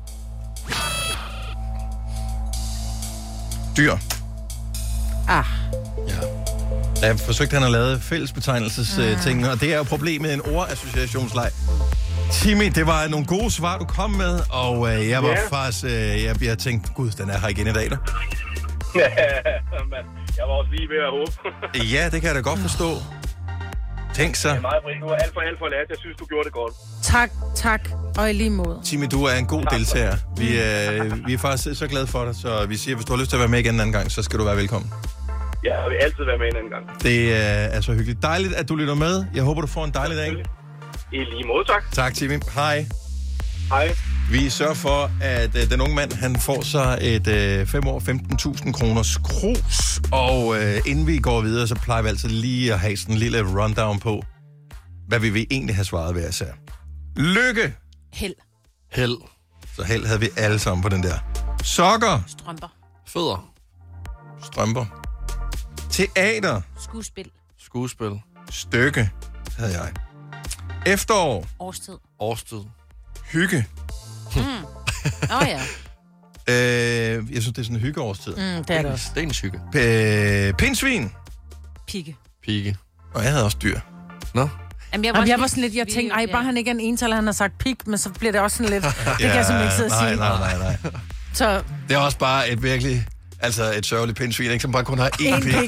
Dyr. Ah. Ja. Jeg forsøgte, han at lave fællesbetegnelses-ting, ah. og det er jo problemet i en ordassociationsleg. Timmy, det var nogle gode svar, du kom med, og øh, jeg var yeah. faktisk, øh, jeg, jeg tænkte, gud, den er her igen i dag, da. Ja, men jeg var også lige ved at håbe. Ja, det kan jeg da godt forstå. Tænk så. Det er meget brig. Du er alt for alt for lat. Jeg synes, du gjorde det godt. Tak, tak, og i lige måde. Timmy, du er en god deltager. Vi, øh, vi er faktisk så glade for dig, så vi siger, hvis du har lyst til at være med igen en anden gang, så skal du være velkommen. Ja, jeg vil altid være med en anden gang. Det øh, er så hyggeligt. Dejligt, at du lytter med. Jeg håber, du får en dejlig dag. I lige måde, tak. Tak, Timmy. Hej. Hej. Vi sørger for, at øh, den unge mand, han får sig et øh, fem år femten tusind kroners krus. Og øh, inden vi går videre, så plejer vi altid lige at have sådan en lille rundown på, hvad vi vil egentlig have svaret ved at sige. Lykke! Held. Held. Så held havde vi alle sammen på den der. Sokker! Strømper. Fødder. Strømper. Teater. Skuespil. Skuespil. Stykke havde jeg. Efterår. Årstid. Årstid. Hygge. Mm. Åh oh, ja. Øh, jeg synes, det er sådan en hyggeårstid. Mm, det er det også. Det er en hygge. P- pindsvin. Pigge. Pigge. Og jeg havde også dyr. Nå? Jamen, jeg Jamen, var, jeg var sådan lidt, jeg tænkte, ej, bare han ikke er en ental, han har sagt pig, men så bliver det også sådan lidt, det ja, kan jeg simpelthen ikke sidde og sige. Nej, nej, nej, nej. Så... Det er også bare et virkelig, altså et sørgeligt pindsvin, ikke, som bare kun har én pig.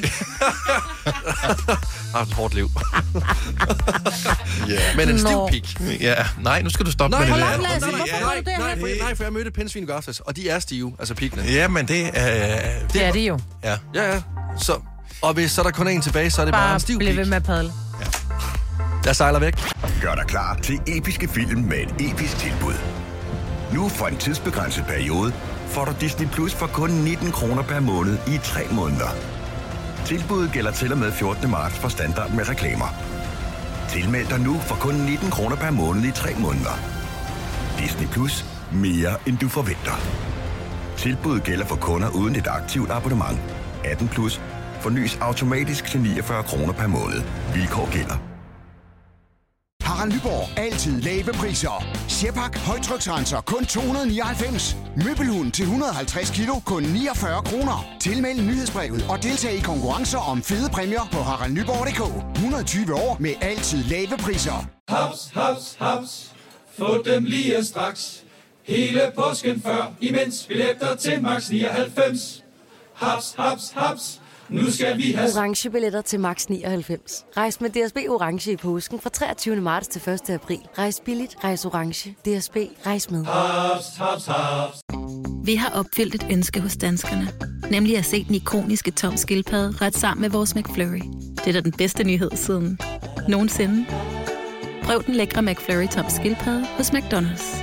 Har et hårdt liv. yeah. Men en stiv Nå. pig. Ja, nej, nu skal du stoppe Nej, med det nej, der. nej, Hvorfor nej, gør du det nej, her? for, nej, for jeg mødte pindsvin i går aftes, og de er stive, altså piggene. Ja, men det er... Det er det jo. Ja. Ja, ja. Så, og hvis så er der kun en tilbage, så er det bare, bare en stiv blive pig. ved med at padle. Jeg sejler væk. Gør dig klar til episke film med et episk tilbud. Nu for en tidsbegrænset periode får du Disney Plus for kun nitten kroner per måned i tre måneder. Tilbuddet gælder til og med fjortende marts for standard med reklamer. Tilmeld dig nu for kun nitten kroner per måned i tre måneder. Disney Plus. Mere end du forventer. Tilbuddet gælder for kunder uden et aktivt abonnement. atten plus. Fornyes automatisk til niogfyrre kroner per måned. Vilkår gælder. Harald Nyborg. Altid lave priser. Sjehpak højtryksrenser kun to hundrede og nioghalvfems. Møbelhund til et hundrede og halvtreds kilo kun niogfyrre kroner. Tilmeld nyhedsbrevet og deltag i konkurrencer om fede præmier på harald nyborg punktum d k. et hundrede og tyve år med altid lave priser. Haps, haps, haps. Få dem lige straks. Hele påsken før, imens billetter til max nioghalvfems. Haps, haps, haps. Nu skal vi have orange billetter til max nioghalvfems. Rejs med D S B orange i påsken fra treogtyvende marts til første april. Rejs billigt, rejs orange. D S B, rejs med. haps, haps, haps. Vi har opfyldt et ønske hos danskerne. Nemlig at se den ikoniske tom skildpadde ret sammen med vores McFlurry. Det er da den bedste nyhed siden nogensinde. Prøv den lækre McFlurry tom skildpadde hos McDonald's.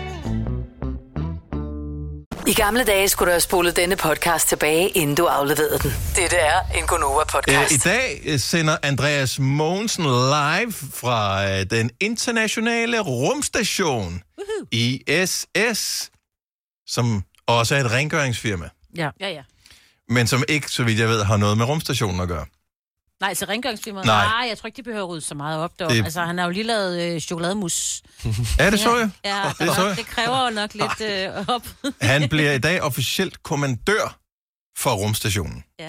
I gamle dage skulle du have spolet denne podcast tilbage, inden du afleverede den. Dette er en Gonova-podcast. I dag sender Andreas Mogensen live fra den internationale rumstation Woohoo. I S S, som også er et rengøringsfirma, Ja, ja, ja. men som ikke, så vidt jeg ved, har noget med rumstationen at gøre. Nej, så rengøringsfirmaet. Nej. Nej, jeg tror ikke, de behøver at rydde så meget op der. Det- Altså, han har jo lige lavet øh, chokolademus. Er det så, ja? Ja, Det det, så jeg. det kræver jo nok lidt øh, op. Han bliver i dag officielt kommandør for rumstationen. Ja.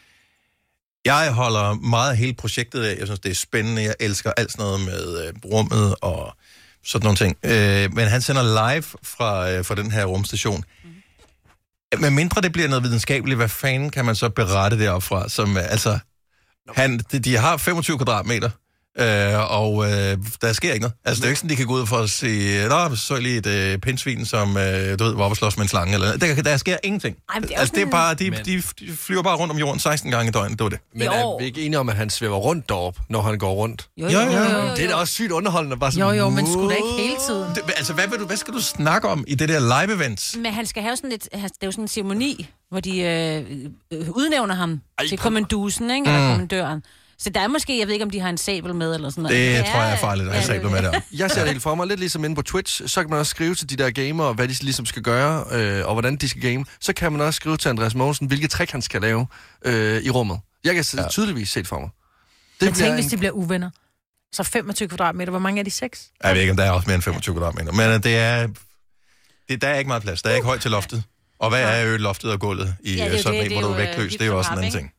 Jeg holder meget af hele projektet af. Jeg synes, det er spændende. Jeg elsker alt sådan noget med øh, rummet og sådan nogle ting. Øh, men han sender live fra, øh, fra den her rumstation. Mm. Med mindre det bliver noget videnskabeligt, hvad fanden kan man så berette deroppe fra? Som, øh, altså, han, de, de har femogtyve kvadratmeter. Øh, og øh, der sker ikke noget. Altså, det er jo ikke sådan, de kan gå ud for at se, nå, så jeg lige et øh, pindsvin, som, øh, du ved, var oppe og slås med en slange. Eller, der, der sker ingenting. Ej, det er altså, det er bare, de, de, de flyver bare rundt om jorden seksten gange i døgnet, det var det. Men er vi ikke enige om, at han svæver rundt deroppe, når han går rundt? Jo, jo, jo. jo, jo, jo. Det er da også sygt underholdende. Bare sådan, jo, jo, men sgu da ikke hele tiden. Det, altså, hvad, vil du, hvad skal du snakke om i det der live-event? Men han skal have sådan et, det er jo sådan en ceremoni, hvor de øh, udnævner ham Ej, til kommandusen, ikke? Eller mm. kommandøren. Så der er måske, jeg ved ikke, om de har en sabel med, eller sådan noget. Det ja, tror jeg er farligt at have ja, sabel med der. Jeg ser det helt for mig, lidt ligesom inde på Twitch, så kan man også skrive til de der gamere, hvad de ligesom skal gøre, øh, og hvordan de skal game. Så kan man også skrive til Andreas Mogensen, hvilke trick han skal lave øh, i rummet. Jeg kan ja. tydeligvis se det for mig. Det jeg tænker, en... hvis de bliver uvenner. Så femogtyve kvadratmeter, hvor mange er de? Seks? Jeg ved ikke, om der er også mere end femogtyve kvadratmeter. Men uh, det er, det, der er ikke meget plads. Der er ikke højt til loftet. Og hvad er jo loftet og gulvet i ja, det, sådan det, en, hvor du er vægtløs? Det er jo også en anden ting.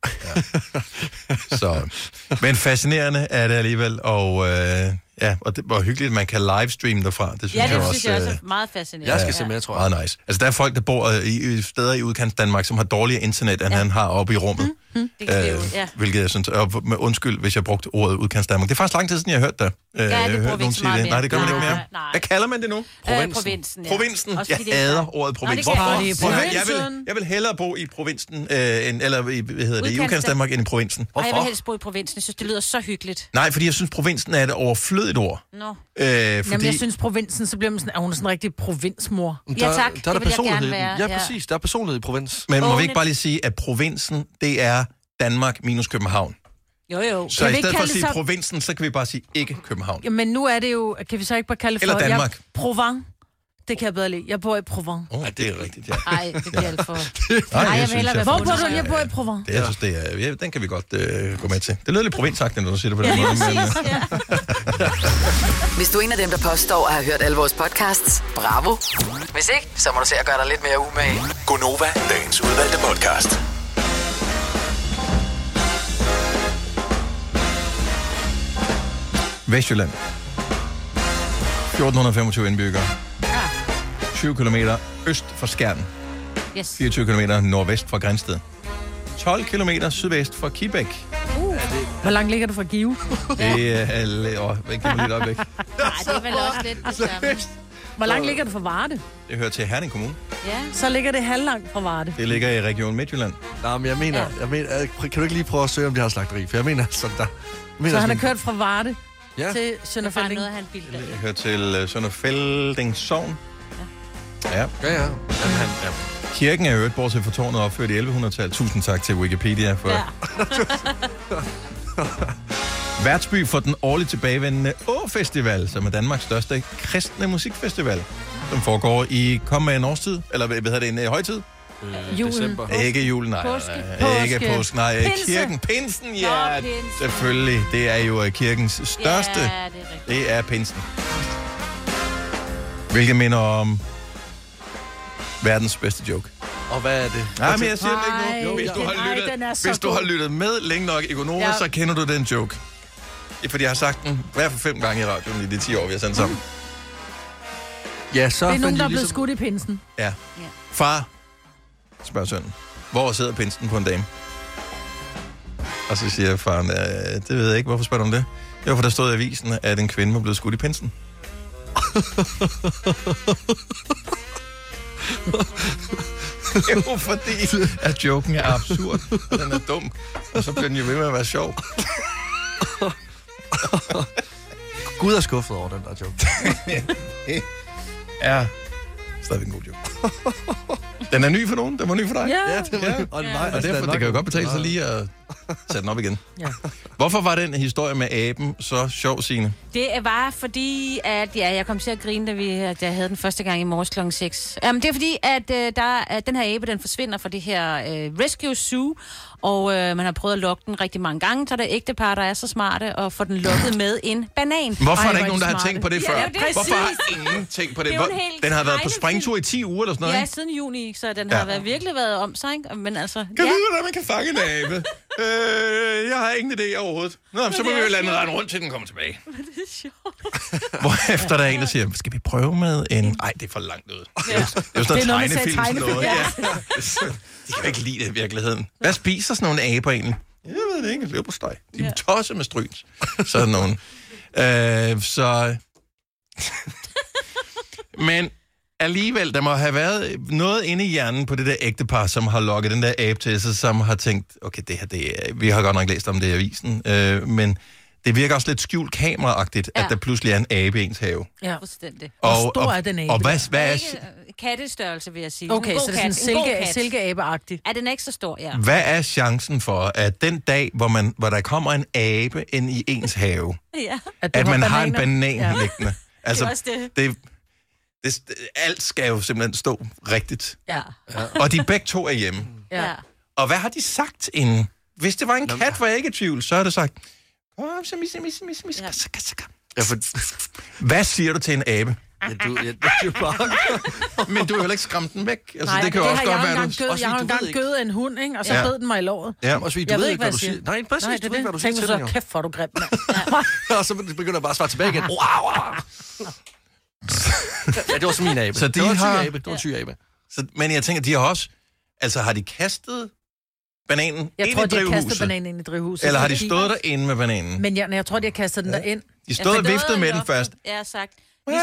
Ja. Så. Men fascinerende er det alligevel, og, øh, ja, og det var hyggeligt, at man kan livestreame derfra. Det synes ja, det jeg synes også, jeg også er meget fascinerende. Jeg skal se mere, tror jeg. Meget nice. Altså, der er folk, der bor i, i steder i udkants Danmark, som har dårligere internet, end ja. han har oppe i rummet. Mm. Mm, det kan øh, ja. Hvilket jeg synes, og med undskyld, hvis jeg brugte ordet udkants Danmark. Det er faktisk lang tid siden, jeg har hørt det. Ja, det øh, bruger vi ikke så meget mere. Nej, det gør man ikke mere. Nej. Hvad kalder man det nu? Provinsen. Øh, provinsen, ja. Provinsen. Jeg hader ordet provins. Nå, Hvorfor? jeg, jeg, vil, jeg vil hellere bo i provinsen, øh, end, eller i, hvad hedder det, i udkants Danmark, end i provinsen. Hvorfor? Jeg vil helst bo i provinsen. Jeg synes, det lyder så hyggeligt. Nej, fordi jeg synes, provinsen er et overflødigt ord. Nå. Øh, fordi... Jamen, jeg synes, provinsen, så bliver man sådan, er hun sådan en rigtig provinsmor. Der, ja, tak. Der er der personlighed. Ja, ja, præcis. Der er personlighed i provins. Men må vi ikke bare lige sige, at provinsen, det er Danmark minus København? Jo, jo. Så kan i stedet for at sige så... provinsen, så kan vi bare sige ikke København. Jamen, nu er det jo, kan vi så ikke bare kalde det for... Eller Danmark. Jeg, Provence. Det kan jeg bedre lide. Jeg bor i Provence. Åh, oh, det er rigtigt, ja. Nej, det bliver alt for... Nej, jeg, jeg vil hellere være Hvor bor du? Jeg bor i Provence. Det, jeg synes, det er... Ja, den kan vi godt øh, gå med til. Det lyder lidt provinsagtigt, når du siger det på den ja, måde. Men, ja. Hvis du er en af dem, der påstår at have hørt alle vores podcasts, bravo. Hvis ikke, så må du se at gøre dig lidt mere umage. Gonova, dagens udvalgte podcast. Vestjylland. fjorten femogtyve indbyggere. tyve kilometer øst for Skjern. Yes. fireogtyve kilometer nordvest fra Grænsted. tolv kilometer sydvest fra Kibæk. Uh. Hvor langt ligger du fra Give? Det er... Åh, vent lige et øjeblik. Nej, det er vel også lidt det samme. Hvor langt ligger du fra Varde? Det hører til Herning Kommune. Ja. Så ligger det halvlangt fra Varde. Det ligger i Region Midtjylland. Nej, men jeg mener, ja. jeg mener, kan du ikke lige prøve at søge, om de har slagteri? For jeg mener sådan der... Mener, så han har kørt fra Varde ja. til Sønderfælding? Det er han bilder. Jeg hører til uh, Sønderfælding Sogn. Ja. Ja, ja. ja. Jamen, han, ja. Kirken er øvrigt, bortset fra tårnet, opført i elleve hundrede-tallet. Tusind tak til Wikipedia for... Ja. Værtsby for den årligt tilbagevendende Å-festival, som er Danmarks største kristne musikfestival, som foregår i kommende årstid, eller hvad hedder det, en højtid? Øh, julen. December. Ikke julen, nej. Påske. nej. Ikke påske. påske, nej. Pinse. Kirken. Pinsen, ja. Nå, pinsen. Selvfølgelig. Det er jo kirkens største. Ja, det er rigtigt. Det er pinsen. Hvilket minder om verdens bedste joke. Og hvad er det? Nej, men jeg siger det ikke nu. Hvis du, har ej, lyttet, hvis du har lyttet med længe nok i Gonova, ja. så kender du den joke. Fordi jeg har sagt den i hvert fald fem gange i radioen i de ti år, vi har sendt sammen. Ja, så det er nogen, der er blevet ligesom... skudt i pinsen. Ja. ja. Far, spørger sønnen, hvor sidder pinsen på en dame? Og så siger faren, det ved jeg ikke, hvorfor spørger du om det? Jo, for der stod i avisen, at en kvinde var blevet skudt i pinsen. Jo, fordi at joken er absurd, og den er dum, og så bliver den jo ved med at være sjov. Gud er skuffet over den der joke. Ja, stadigvæk en god joke. Den er ny for nogen, den var ny for dig. Ja, ja det var ja. Og, ja. og derfor, det kan jo godt betale sig lige at sætte den op igen. Ja. Hvorfor var den historie med aben så sjov, Signe? Det var fordi, at ja, jeg kom til at grine, da, vi, da jeg havde den første gang i morges klokken seks. Um, det er fordi, at, uh, der, at den her abe, den forsvinder fra det her uh, Rescue Zoo, og uh, man har prøvet at lokke den rigtig mange gange, så der er ægtepar, der er så smarte, og få den lukket med en banan. Hvorfor Ej, er der ikke nogen, der har tænkt på det før? Ja, det Hvorfor har ingen tænkt på det? det den har været på springtur i ti uger eller sådan noget, Ja, ikke? siden juni, så den Ja. har været, virkelig været om sig, ikke? Men altså... Kan du vide, hvordan man kan fange en abe? øh, jeg har ingen idé overhovedet. Nå, men så må vi jo lade den rende rundt, til den kommer tilbage. Det er sjovt. Hvorefter der er en, der siger, skal vi prøve med en... Ej, det er for langt ud. Det er jo, det er jo sådan Det er noget noget, man sagde tegnefilm. Sådan noget. tegnefilm. Ja. De kan jo ikke lide det i virkeligheden. Hvad spiser sådan nogle aber egentlig? Jeg ved det ikke. Leverpostej. De er tosset med stryns. Sådan nogle. Øh, så... Men alligevel, der må have været noget inde i hjernen på det der ægtepar, som har lukket den der abe til sig, som har tænkt, okay, det her, det er, vi har godt nok læst om det i avisen, øh, men det virker også lidt skjult kameraagtigt, ja. At der pludselig er en abe i ens have. Ja, fuldstændig. Hvor Og, stor og, er den abe? og hvad, hvad er, Ikke kattestørrelse, vil jeg sige. Okay, En god så det er sådan kat. En god silke, kat. silkeabe-agtigt. Er den ikke så stor, ja. hvad er chancen for, at den dag, hvor, man, hvor der kommer en abe ind i ens have, Ja. at, at man har en banan Ja. ja. liggende? Altså, Det er også det. det, det, alt skal jo simpelthen stå rigtigt. Ja. Og de begge to er hjemme. Ja. Og hvad har de sagt inden? Hvis det var en kat, var jeg ikke i tvivl, så har det sagt, kom så mis, mis, mis, mis, kas, kas, kas. Ja, for... Hvad siger du til en abe? Ja, du, ja, det er jo bare... Men du har jo heller ikke skræmt den væk. Altså, Nej, det kan jo det også har godt jeg være, engang du... gød. Jeg har engang gødet en hund, ikke? Og så Ja. bed den mig i låret. Ja. Også fordi, du Jeg ved ved ikke, hvad du siger. Nej, præcis, Nej, du ved ikke, hvad du siger Tænk til så, den, jo. kæft, hvor er du grim, mand. Og så begynder jeg bare at svare tilbage igen. Wow, wow. Ja, det var så min abe. Så de det var en syg har- abe. Det var en syg abe. Så, men jeg tænker, de har også... Altså, har de kastet bananen Jeg ind tror, i de har kastet drivhuset? bananen ind i drivhuset. Eller har de fordi- stået derinde med bananen? Men jeg, jeg tror, de har kastet den derind. De stod og viftede med den loftet. først. Jeg har sagt.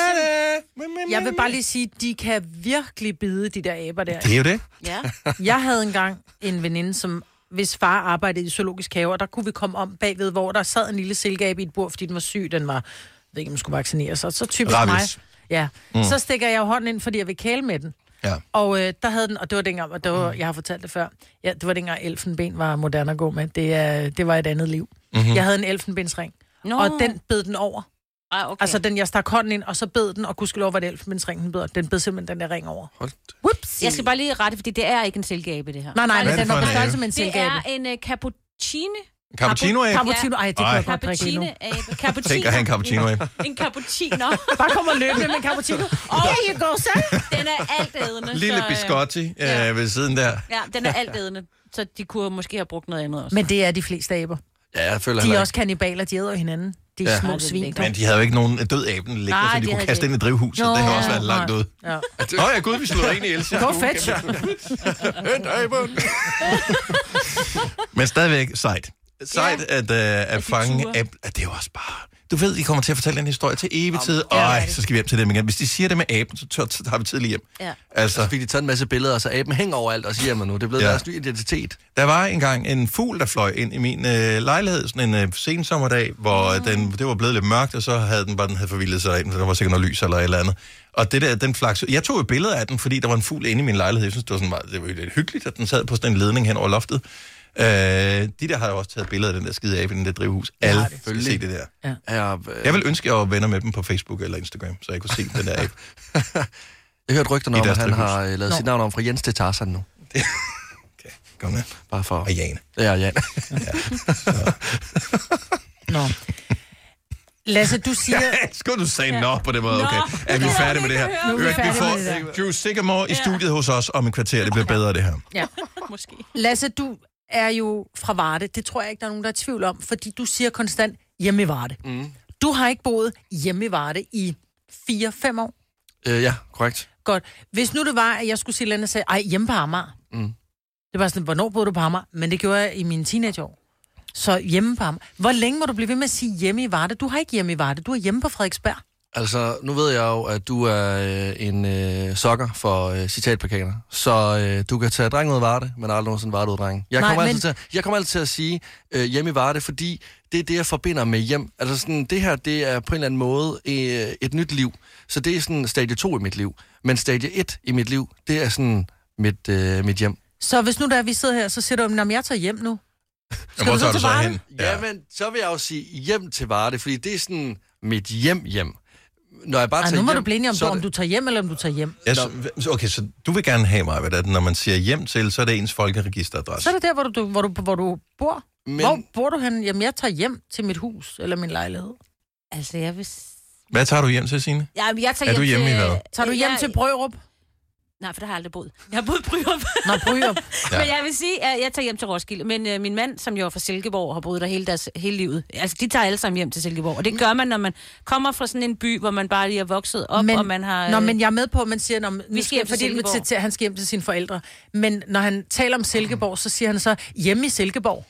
Jeg vil bare lige sige, de kan virkelig bide de der aber der. Det er jo det. Ja. Jeg havde engang en veninde, som hvis far arbejdede i zoologisk have, og der kunne vi komme om bagved, hvor der sad en lille silkeabe i et bord, fordi den var syg, den var, jeg ved ikke, om man skulle vaccinere sig. Så typisk Rabies. mig. Ja. Mm. Mm. Så stikker jeg jo hånden ind, fordi jeg vil kæle med den. Ja. Og øh, der havde den, og det var dengang, og det var, jeg har fortalt det før, ja, det var dengang elfenben var moderne at gå med. Det, er, det var et andet liv. Mhm. Mm-hmm. Jeg havde en elfenbensring, Nå. og den bed den over. Ah, okay. Altså, den, jeg stak hånden ind, og så bed den, og gudskelov var det elfenbensring, den bed. Den bed simpelthen den der ring over. Whoops. Jeg skal bare lige rette, fordi det er ikke en silkeabe, det her. Nej, nej, Hvad er den det for var på en størrelse abe? med en Det silkeabe. er en uh, cappuccino. Cappuccino-abe? Cappuccino, ej, det kunne jeg godt drikke lige nu. Cappuccino-abe. Cappuccino. Tænk at have en cappuccino-abe. En cappuccino. Bare kommer løbende med en cappuccino. Oh, you go, sir. Den er altædende. Lille så, øh, biscotti ja. øh, ved siden der. Ja, den er altædende. Så de kunne måske have brugt noget andet også. Men det er de fleste aber. Ja, jeg føler De heller er ikke. også kannibaler, de æder jo hinanden. De er Ja. ja. små Nej, det er svin. ikke. Men de havde jo ikke nogen død aben liggende, Nej, så de det kunne havde kaste de ind i drivhuset. Nå, Det har også ja, været langt nej. ud. Ja. Nå ja, gud, vi slår ind i Elsie. Go fetch. Hent aben. Men stadigvæk sejt. Sejt Ja. at, uh, at fange ture. ab. Det er jo også bare... Du ved, de kommer til at fortælle en historie til evig tid. Ja, Ej, det er det. så skal vi hjem til dem igen. Hvis de siger det med aben, så tør, så tager vi tidligt hjem. Ja. Altså, Så fik de taget en masse billeder, og så aben hænger overalt og siger mig nu. Det er blevet Ja. deres nye identitet. der var engang en fugl, der fløj ind i min øh, lejlighed, sådan en øh, sensommerdag, hvor mm. den, det var blevet lidt mørkt, og så havde den bare den havde forvildet sig ind, så der var sikkert noget lys eller et eller andet. Og det der, den flaks, jeg tog et billede af den, fordi der var en fugl inde i min lejlighed. Jeg synes, det var, sådan, meget, det var lidt hyggeligt, at den sad på sådan en ledning hen over loftet. Øh, de der har jo også taget billeder af den der skide abe i den der drivhus. Alle skal se det der. Ja. Jeg, øh, Jeg vil ønske, at jeg var venner med dem på Facebook eller Instagram, så jeg kunne se den der abe. jeg hørte rygterne I om, at deres han drivhus. har øh, lavet Nå. sit navn om fra Jens til Tarzan nu. Okay, kom med. Bare for... Og Jane. Ja, ja. Nå. Lasse, du siger... Skulle du sige ja. nå på den måde? Nå, Okay, er vi nå, færdige med det det her? kan jeg høre. Nu er vi Hør, vi færdige får med det Drew Sigamore i studiet hos os om et kvarter. Det bliver bedre, det her. Ja. Måske. Lasse, du er jo fra Varde. Det tror jeg ikke, der er nogen, der er i tvivl om, fordi du siger konstant hjemme i Varde. Mm. Du har ikke boet hjemme i Varde i fire fem år. Øh, ja, korrekt. Godt. Hvis nu det var, at jeg skulle sige noget og sige, ej, hjemme på Amager. Mm. Det var sådan, hvornår boede du på Amager? Men det gjorde jeg i mine teenageår. Så hjemme på Amager. Hvor længe må du blive ved med at sige hjemme i Varde? Du har ikke hjemme i Varde. Du er hjemme på Frederiksberg. Altså, nu ved jeg jo, at du er øh, en øh, sokker for øh, citatplakater. Så øh, du kan tage dreng ud af Varde, men aldrig nogensinde Varde ud af dreng. Jeg Nej, kommer, men- altid til, at- jeg kommer altid til at sige øh, hjemme i Varde, fordi det er det, jeg forbinder med hjem. Altså sådan, det her, det er på en eller anden måde øh, et nyt liv. Så det er sådan stadie to i mit liv. Men stadie et i mit liv, det er sådan mit, øh, mit hjem. Så hvis nu der vi sidder her, så siger du, at jeg tager hjem nu. Og hvor du så tager du til så Varde? hen? Ja. Jamen, så vil jeg jo sige hjem til Varde, fordi det er sådan mit hjem-hjem. Når jeg bare Ej, tager nu må hjem, du blive enig om, så du, er om det- du tager hjem, eller om du tager hjem. Jeg, så- okay, så du vil gerne have mig, at når man siger hjem til, så er det ens folkeregisteradresse. Så er det der, hvor du, hvor du, hvor du bor. Men- Men... Hvor bor du hen? Jamen, jeg tager hjem til mit hus, eller min lejlighed. Altså, jeg vil... Hvad tager du hjem til, Signe? Ja, jeg tager Er du hjem hjemme i til... hvad? Tager du hjem jeg... til Brørup? Nej, for der har jeg aldrig boet. Jeg har boet i Bryrup. Nå, Bryrup. Ja. Men jeg vil sige, at jeg tager hjem til Roskilde. Men øh, min mand, som jo er fra Silkeborg, har boet der hele, deres, hele livet. Altså, de tager alle sammen hjem til Silkeborg. Og det gør man, når man kommer fra sådan en by, hvor man bare lige er vokset op, men, og man har... Øh... Nå, men jeg er med på, at man siger, når vi skal hjem til Silkeborg. Til, til, han skal hjem til sine forældre. Men når han taler om Silkeborg, så siger han så, hjemme i Silkeborg.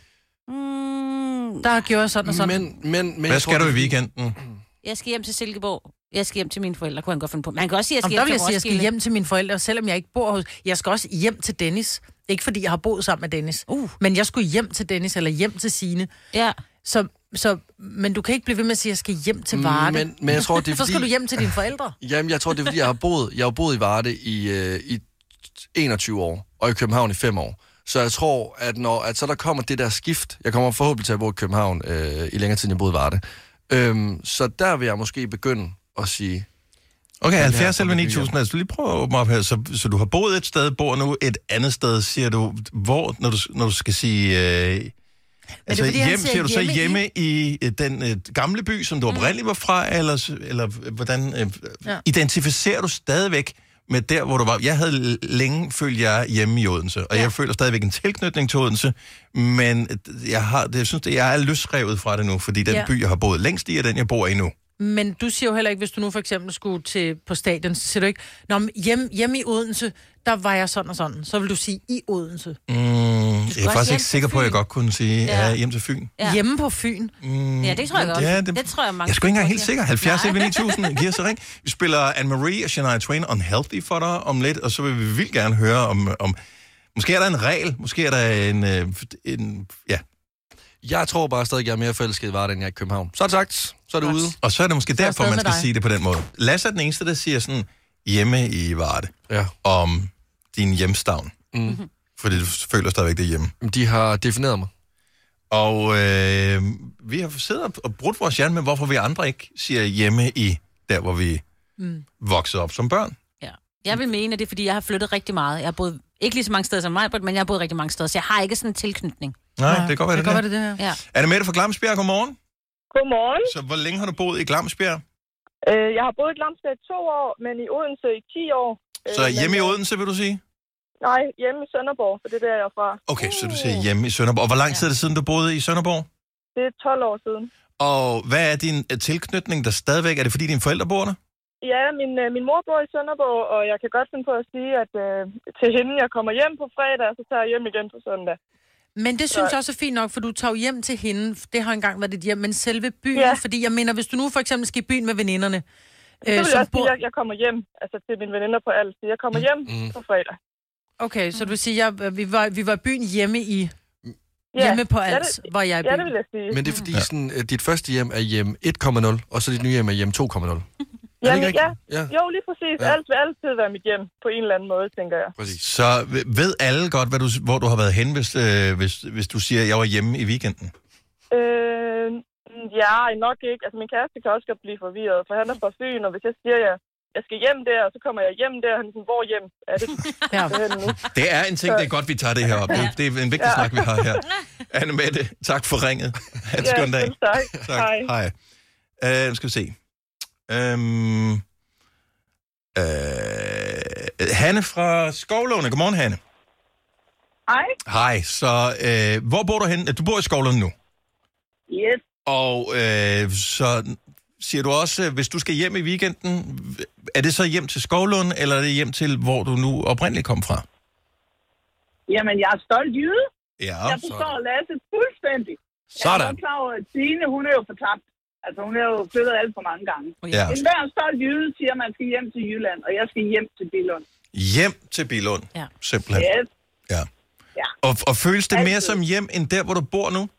Mm. Der gjorde jeg sådan og sådan. Men, men, men Hvad skal du i weekenden? Jeg skal hjem til Silkeborg. Jeg skal hjem til mine forældre, kunne han godt finde på. Men han kan også sige, at jeg skal Jamen, hjem der vil til jeg sige, at jeg skal Roskilde. hjem til mine forældre, selvom jeg ikke bor hos... Jeg skal også hjem til Dennis. Ikke fordi jeg har boet sammen med Dennis. Uh. Men jeg skulle hjem til Dennis, eller hjem til Signe. Ja. Så, så, men du kan ikke blive ved med at sige, at jeg skal hjem til Varde. Men, men jeg tror, det er Så skal fordi... du hjem til dine forældre. Jamen, jeg tror, det er fordi, jeg har boet, jeg har boet i Varde i, øh, i enogtyve år, og i København i fem år. Så jeg tror, at når at så der kommer det der skift, jeg kommer forhåbentlig til at bo i København øh, i længere tid, end jeg boede i Varde. Øhm, så der vil jeg måske begynde at sige... Okay, halvfjerds eller ni tusind, altså du lige prøver at åbne op her. Så, så du har boet et sted, bor nu et andet sted, siger du, hvor, når du, når du skal sige... Øh, altså fordi, hjem, siger siger du så hjemme hjemme i, i den øh, gamle by, som du oprindeligt var fra, eller, eller hvordan øh, Ja. identificerer du stadigvæk med der, hvor du var? Jeg havde længe følt jeg hjemme i Odense, og ja. jeg føler stadigvæk en tilknytning til Odense, men jeg, har, det, jeg synes, at jeg er løsrevet fra det nu, fordi den Ja. by, jeg har boet længst i, er den, jeg bor i nu. Men du siger jo heller ikke, hvis du nu for eksempel skulle til på stadion, så siger du ikke, nå, men hjemme, hjemme i Odense, der var jeg sådan og sådan. Så vil du sige i Odense. Mm, jeg er faktisk ikke sikker på, at jeg godt kunne sige ja. Ja, hjem til Fyn. Ja. Hjemme på Fyn. Mm, Ja, det tror jeg godt. ja, det, det- det tror jeg mange. Jeg er sgu ikke engang helt siger. sikker. halvfjerds elleve ni tusind, giver så ring. Vi spiller Anne-Marie og Shania Twain Unhealthy for dig om lidt, og så vil vi vildt gerne høre om... om måske er der en regel, måske er der en... øh, en ja. Jeg tror bare stadig, jeg er mere forelsket i Varde, end jeg er i København. Så er det sagt, så er det ude. Og så er det måske Så er jeg derfor, afsted man med skal dig. sige det på den måde. Lasse er den eneste, der siger sådan hjemme i Varde. Ja. Om din hjemstavn. Mm. Fordi du føler stadigvæk det hjemme. De har defineret mig. Og øh, vi har siddet og- og brudt vores hjerne med, hvorfor vi andre ikke siger hjemme i der, hvor vi Mm. voksede op som børn. Ja. Jeg vil mene, at det er, fordi jeg har flyttet rigtig meget. Jeg har boet ikke lige så mange steder som mig, men jeg har boet rigtig mange steder, så jeg har ikke sådan en tilknytning. Nej, det kan godt være, det, det, det, det, det her. Ja. Er det Mette fra Glamsbjerg? Godmorgen. Godmorgen. Så hvor længe har du boet i Glamsbjerg? Øh, jeg har boet i Glamsbjerg i to år, men i Odense i ti år. Øh, Så hjemme i men, øh, Odense, vil du sige? Nej, hjemme i Sønderborg, for det er der, jeg er fra. Okay, så du siger hjemme i Sønderborg. Og hvor lang tid er det siden, du boede i Sønderborg? Det er tolv år siden. Og hvad er din øh, tilknytning der stadigvæk? Er det fordi dine forældre bor der? Ja, min, øh, min mor bor i Sønderborg, og jeg kan godt finde på at sige, at øh, til hende, jeg kommer hjem på fredag, og så tager jeg hjem igen på søndag. Men det synes jeg også er fint nok, for du tager jo hjem til hende. Det har engang været dit hjem, men selve byen, ja. Fordi jeg mener, hvis du nu for eksempel skal i byen med veninderne, Så vil jeg også sige, at jeg kommer hjem, altså til mine veninder på alt. Jeg kommer hjem mm. på fredag. Okay, så du vil sige, at vi var, vi var i byen hjemme i... Ja, Hjemme på ja, alt, det- hvor jeg er i ja, byen. det vil jeg sige. Men det er fordi, ja. sådan, at dit første hjem er hjem et komma nul, og så dit nye hjem er hjem to komma nul. Jamen, ikke ja. Ja. Jo, lige præcis. Ja. Ja. Alt vil altid være mit hjem, på en eller anden måde, tænker jeg. Præcis. Så ved alle godt, hvad du, hvor du har været henne, hvis, øh, hvis, hvis du siger, at jeg var hjemme i weekenden? Øh, ja, nok ikke. Altså, min kæreste kan også godt blive forvirret, for han er fra Fyn, og hvis jeg siger, at jeg, jeg skal hjem der, og så kommer jeg hjem der, og han er sådan, hvor hjem er det? Ja. nu? Det er en ting, det er godt, vi tager det her op. Det, det er en vigtig Ja. snak, vi har her. Anne-Mette, tak for ringet. Ha' en Ja, skøn dag. selv tak. Hej. Hej. Uh, nu skal vi se. Um, uh, Hanne fra Skovlunde. Godmorgen, Hanne. Hej. Hej. Så uh, hvor bor du henne? Du bor i Skovlunde nu. Yes. Og uh, så siger du også, uh, hvis du skal hjem i weekenden, er det så hjem til Skovlunde, eller er det hjem til, hvor du nu oprindeligt kom fra? Jamen, jeg er stolt jyde. Ja, jeg forstår Lasse fuldstændig. Jeg Sådan. er godt klar over, at Signe, hun er jo fortabt. Altså, hun er jo flyttet alt for mange gange. Ja. En hver stolt jyde siger, at man skal hjem til Jylland, og jeg skal hjem til Billund. Hjem til Billund. Ja. Simpelthen. Yes. Ja. Ja. Og, og føles det mere Altid. som hjem, end der, hvor du bor nu?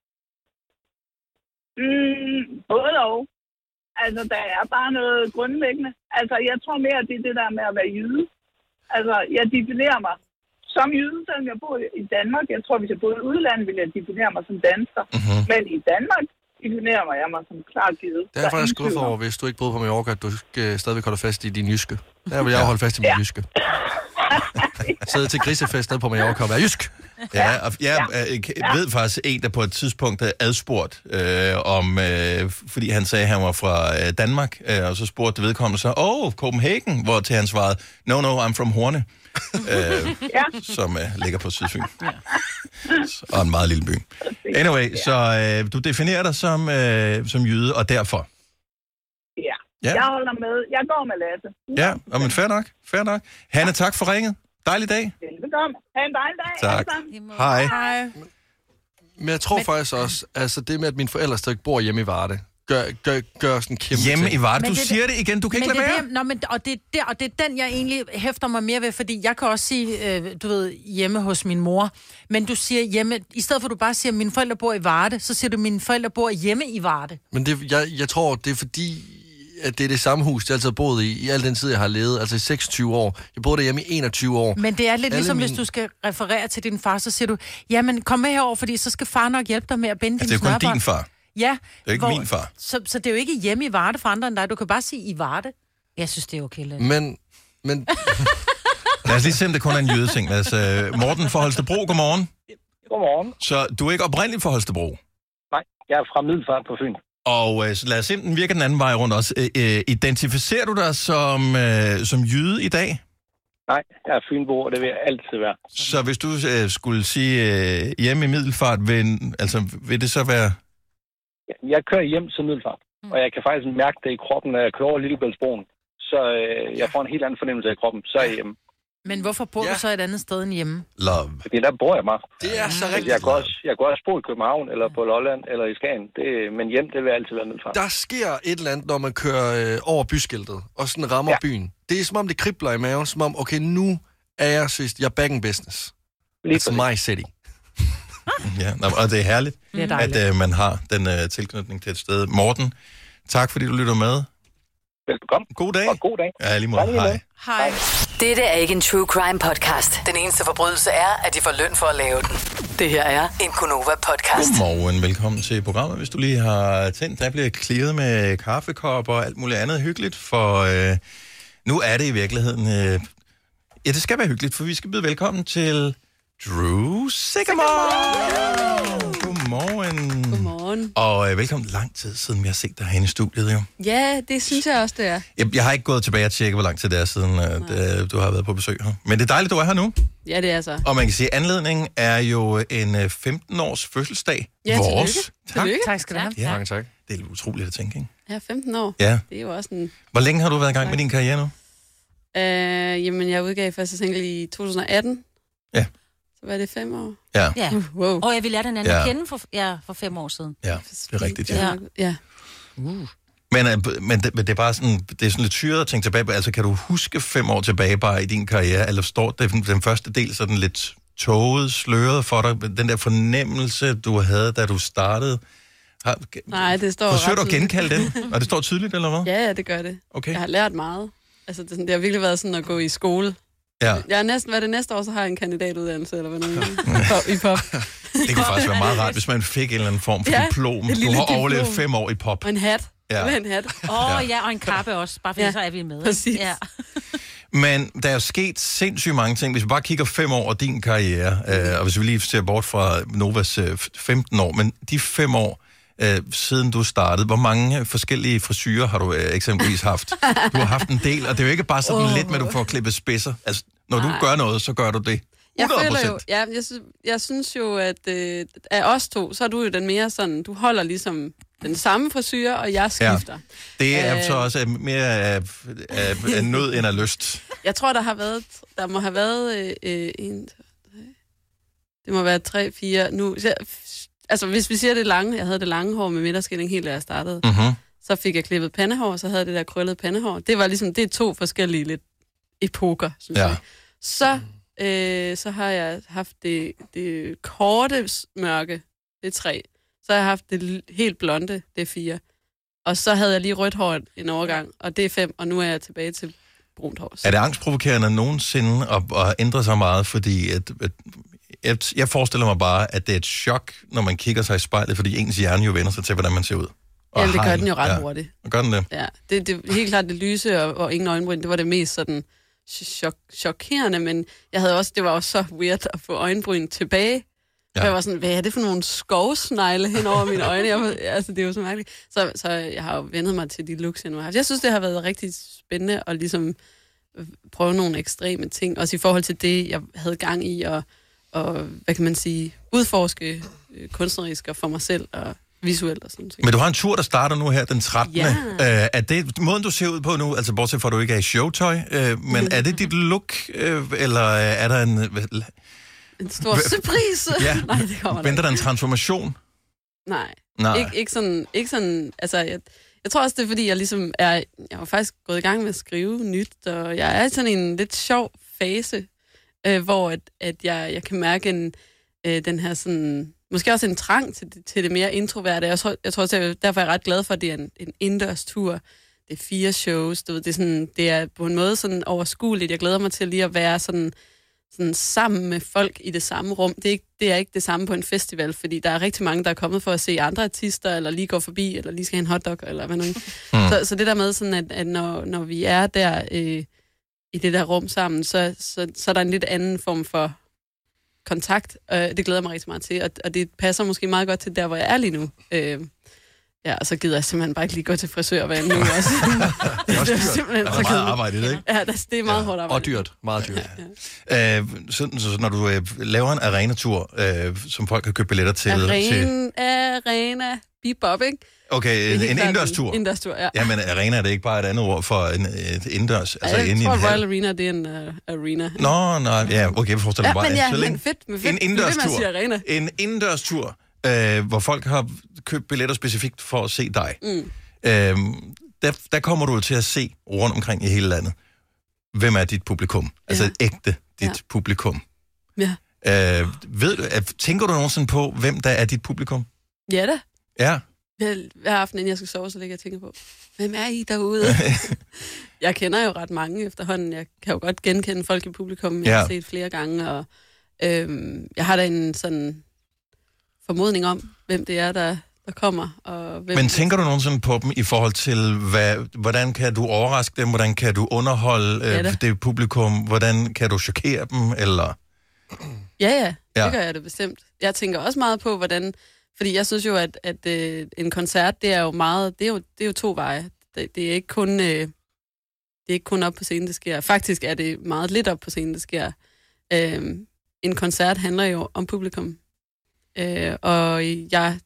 Mm, både og. Altså, der er bare noget grundlæggende. Altså, jeg tror mere, at det er det der med at være jyde. Altså, jeg definerer mig som jyde, selvom jeg bor i Danmark. Jeg tror, hvis jeg boede i udlandet, ville jeg definere mig som dansker. Mm-hmm. Men i Danmark definerer mig jeg mig som klart jyde. Det er jeg faktisk skuffet over, hvis du ikke boede på Mallorca, at du ikke øh, stadigvæk holder fast i din jyske. Der vil jeg jo holde fast i min Ja. jyske. Sidde til grisefest nede på Mallorca og være jysk. Ja, og jeg ja. ved faktisk en, der på et tidspunkt er adspurgt øh, om, øh, fordi han sagde, at han var fra øh, Danmark, øh, og så spurgte vedkommende så, åh, oh, Copenhagen, hvor til han svarede, no, no, I'm from Horne, øh, ja. som øh, ligger på Sydfyn. Og en meget lille by. Anyway, så øh, du definerer dig som, øh, som jyde, og derfor? Ja. ja, jeg holder med. Jeg går med Lasse. Ja, men fair nok, fair nok. Hanne, tak for ringet. Dejlig dag. Velbekomme. Ha' en dejlig dag. Tak. Hej. Hej. Men jeg tror men... faktisk også, altså det med, at mine forældre stadig bor hjemme i Varde, gør, gør, gør sådan en kæmpe Hjemme ting. i Varde? Du det, siger det igen, du kan ikke lade være. Det, nå, men, og, det, der, og det er den, jeg egentlig hæfter mig mere ved, fordi jeg kan også sige, øh, du ved, hjemme hos min mor, men du siger hjemme, i stedet for at du bare siger, at mine forældre bor i Varde, så siger du, at mine forældre bor hjemme i Varde. Men det, jeg, jeg tror, det er fordi, at det er det samme hus, jeg altid har boet i, i al den tid, jeg har levet, altså i seksogtyve år. Jeg boede derhjemme i enogtyve år. Men det er lidt Alle ligesom, mine... hvis du skal referere til din far, så siger du, jamen kom med herover, fordi så skal far nok hjælpe dig med at binde altså, din det er kun snørbånd. din far. Ja. Det er ikke hvor, min far. Så, så det er jo ikke hjemme i Varde for andre end dig. Du kan bare sige i Varde. Jeg synes, det er okay. Lidt. Men... men... Lad os lige se, om det kun er en jødeting. Altså, Morten fra Holstebro, godmorgen. Godmorgen. Så du er ikke oprindelig fra Holstebro? Nej, jeg er fra Middelfart på Fyn. Og øh, så lad os se, om den virker den anden vej rundt også. Øh, øh, identificerer du dig som, øh, som jyde i dag? Nej, jeg er fynbo, og det vil jeg altid være. Så hvis du øh, skulle sige øh, hjemme i Middelfart, vil, altså, vil det så være... Jeg kører hjem til Middelfart, og jeg kan faktisk mærke det i kroppen, når jeg kører over Lillebæltsbroen. Så øh, jeg får en helt anden fornemmelse af kroppen, så er jeg hjemme. Men hvorfor bor ja. du så et andet sted end hjemme? Love. Fordi der bor jeg meget. Det er så rigtigt. Jeg går også, jeg går også bo i København, eller på Lolland, eller i Skagen. Det, men hjem, det vil altid være Middelfart. Der sker et eller andet, når man kører øh, over byskiltet, og sådan rammer ja. byen. Det er som om, det kribler i maven, som om, okay, nu er jeg sidst, jeg er back in business. It's my city. Ja, og det er herligt, det er at øh, man har den øh, tilknytning til et sted. Morten, tak fordi du lytter med. Velbekomme. God dag. Og god dag. Ja, lige måde. Hej. Hej. Dette er ikke en true crime podcast. Den eneste forbrydelse er, at de får løn for at lave den. Det her er en Gonova podcast. Godmorgen, velkommen til programmet. Hvis du lige har tændt, der bliver clearet med kaffekopper og alt muligt andet hyggeligt, for øh, nu er det i virkeligheden... Øh, ja, det skal være hyggeligt, for vi skal byde velkommen til Drew Sigamore. Godmorgen. Godmorgen. Og øh, velkommen. Lang tid siden, vi har set dig herinde i studiet, jo. Ja, det synes jeg også, det er. Jeg, jeg har ikke gået tilbage og tjekket, hvor lang tid det er siden, at øh, du har været på besøg her. Men det er dejligt, du er her nu. Ja, det er så. Og man kan sige, at anledningen er jo en femten-års fødselsdag. Ja, vores. tillykke. Tak. Tillykke. Tak skal du have. Ja. Mange tak. Det er utroligt at tænke, ikke? Ja, femten år. Ja. Det er jo også en... Hvor længe har du været i gang med din karriere nu? Øh, jamen, jeg udgav første single i to tusind og atten. Ja. Så var det fem år. Ja. Ja. Uh, wow. Og jeg ville lære den anden Ja. at kende for, ja, for fem år siden. Ja, det er rigtigt, ja. Ja. ja. Uh. Men, øh, men, det, men det er bare sådan, det er sådan lidt syret at tænke tilbage på. Altså, kan du huske fem år tilbage bare i din karriere, eller står det den første del sådan lidt tåget, sløret for dig? Den der fornemmelse, du havde, da du startede? Har, Nej, det står forsøger ret du at tydeligt. genkalde den? Og det står tydeligt, eller hvad? Ja, ja, det gør det. Okay. Jeg har lært meget. Altså, det, er sådan, det har virkelig været sådan at gå i skole. Ja. Jeg er næsten, hvad det næste år, så har jeg en kandidatuddannelse, eller hvad noget i pop. Det kunne faktisk være meget rart, hvis man fik en eller anden form for Ja, diplom. et Du lille har diplom. overlevet fem år i pop. Og en hat. Ja. Ja. En hat. Åh, oh, ja, og en kappe også, bare fordi Ja. så er vi med. Præcis. Ja. Men der er jo sket sindssygt mange ting. Hvis vi bare kigger fem år af din karriere, øh, og hvis vi lige ser bort fra Novas øh, femten år, men de fem år, øh, siden du startede, hvor mange forskellige frisyrer har du øh, eksempelvis haft? Du har haft en del, og det er jo ikke bare sådan oh. lidt med, at du får klippet spidser. Altså, når Nej. du gør noget, så gør du det. Jeg hundrede procent. føler jo, ja, jeg, synes, jeg synes jo, at øh, af os to, så er du jo den mere sådan, du holder ligesom den samme frisyr, og jeg skifter. Ja. Det er Øh, så også mere af, af, af nød end af lyst. Jeg tror, der har været, der må have været øh, øh, en, to, tre, det må være tre, fire, nu, så, altså hvis vi siger det lange, jeg havde det lange hår med midterskilling helt da jeg startede, Mm-hmm. så fik jeg klippet pandehår, så havde jeg det der krøllede pandehår. Det var ligesom, det er to forskellige lidt epoker, synes Ja. jeg. Så, øh, så har jeg haft det, det korte mørke, det er tre. Så har jeg haft det helt blonde, det er fire. Og så havde jeg lige rødt hår en overgang, og det er fem, og nu er jeg tilbage til brunt hår. Er det angstprovokerende nogensinde at, at ændre sig meget? Fordi at, at, jeg, jeg forestiller mig bare, at det er et chok, når man kigger sig i spejlet, fordi ens hjerne jo vender sig til, hvordan man ser ud. Og Jamen, det har gør en- den jo ret ja. hurtigt. Og gør den det? Ja, det, det helt klart det lyse og, og ingen øjenbryn, det var det mest sådan chok, chokerende, men jeg havde også, det var også så weird at få øjenbryn tilbage. Ja. Jeg var sådan, hvad er det for nogle skovsnegle hen over mine øjne? Jeg var, altså, det er jo så mærkeligt. Så, så jeg har jo vendet mig til de looks, jeg nu har haft. Jeg synes, det har været rigtig spændende at ligesom prøve nogle ekstreme ting. Også i forhold til det, jeg havde gang i, og, og hvad kan man sige, udforske øh, kunstnerisk og for mig selv, og visuelt og sådan ting. Men du har en tur, der starter nu her den trettende Ja. Øh, er det måden, du ser ud på nu, altså bortset fra, at du ikke er i showtøj, øh, men er det dit look, øh, eller er der en... Øh, En stor surprise. Ja. Nej, det kommer Venter der en transformation? Nej. Nej. Ikke, ikke, sådan, ikke sådan, altså jeg, jeg tror også, det er fordi, jeg ligesom er, jeg har faktisk gået i gang med at skrive nyt, og jeg er i sådan en lidt sjov fase, øh, hvor at, at jeg, jeg kan mærke en, øh, den her sådan, måske også en trang til, til det mere introverte. Jeg tror, jeg tror også, jeg, derfor er jeg ret glad for, at det er en, en indendørs tur. Det er fire shows, du ved, det er, sådan, det er på en måde sådan overskueligt. Jeg glæder mig til lige at være sådan, sådan sammen med folk i det samme rum. Det er, ikke, det er ikke det samme på en festival, fordi der er rigtig mange, der er kommet for at se andre artister, eller lige gå forbi, eller lige skal have en hotdog, eller hvad nu. Mm. Så, så det der med, sådan at, at når, når vi er der øh, i det der rum sammen, så, så, så er der en lidt anden form for kontakt, og det glæder mig rigtig meget til, og, og det passer måske meget godt til der, hvor jeg er lige nu. Øh, Ja, og så gider jeg simpelthen bare ikke lige gå til frisør hver nu også. Det er også dyrt. simpelthen Der er så meget kedeligt. arbejde i det, ikke? Ja, det, det er meget ja. hårdt arbejde. Og dyrt. Meget dyrt. Ja. Øh, så, så når du øh, laver en arenatur, øh, som folk kan købe billetter til... til Arena, arena, bebop, ikke? okay, en, en indendørstur. Indendørstur, ja. Ja, men arena er det ikke bare et andet ord for en, et indendørs, altså ja, jeg inde i tror, en hal? Royal Arena, det er en uh, arena. Nå, nej, ja, okay, jeg forestiller mig Ja, bare... men ja, så længe- men fedt, men fedt. En Det er det, man indendørstur. siger arena. En indendørstur, øh, hvor folk har købt billetter specifikt for at se dig. Mm. Øh, der, der kommer du til at se rundt omkring i hele landet. Hvem er dit publikum? Altså Ja. ægte dit Ja. publikum. Ja. Øh, ved du, øh, tænker du nogensinde på, hvem der er dit publikum? Ja da. Ja. Hver, hver aften, inden jeg skal sove, så ligger jeg og tænker på, hvem er I derude? Jeg kender jo ret mange efterhånden. Jeg kan jo godt genkende folk i publikum, jeg Ja. har set flere gange, og øhm, jeg har da en sådan formodning om, hvem det er, der, der kommer. Og hvem Men tænker du nogensinde på dem i forhold til, hvad, hvordan kan du overraske dem? Hvordan kan du underholde Ja øh, da. det publikum? Hvordan kan du chokere dem? Eller... Ja, ja, Ja. det gør jeg det bestemt. Jeg tænker også meget på, hvordan... Fordi jeg synes jo, at, at øh, en koncert, det er jo meget... Det er jo, det er jo to veje. Det, det er ikke kun... Øh, det er ikke kun op på scenen, det sker. Faktisk er det meget lidt op på scenen, det sker. Øh, en koncert handler jo om publikum. Øh, og jeg...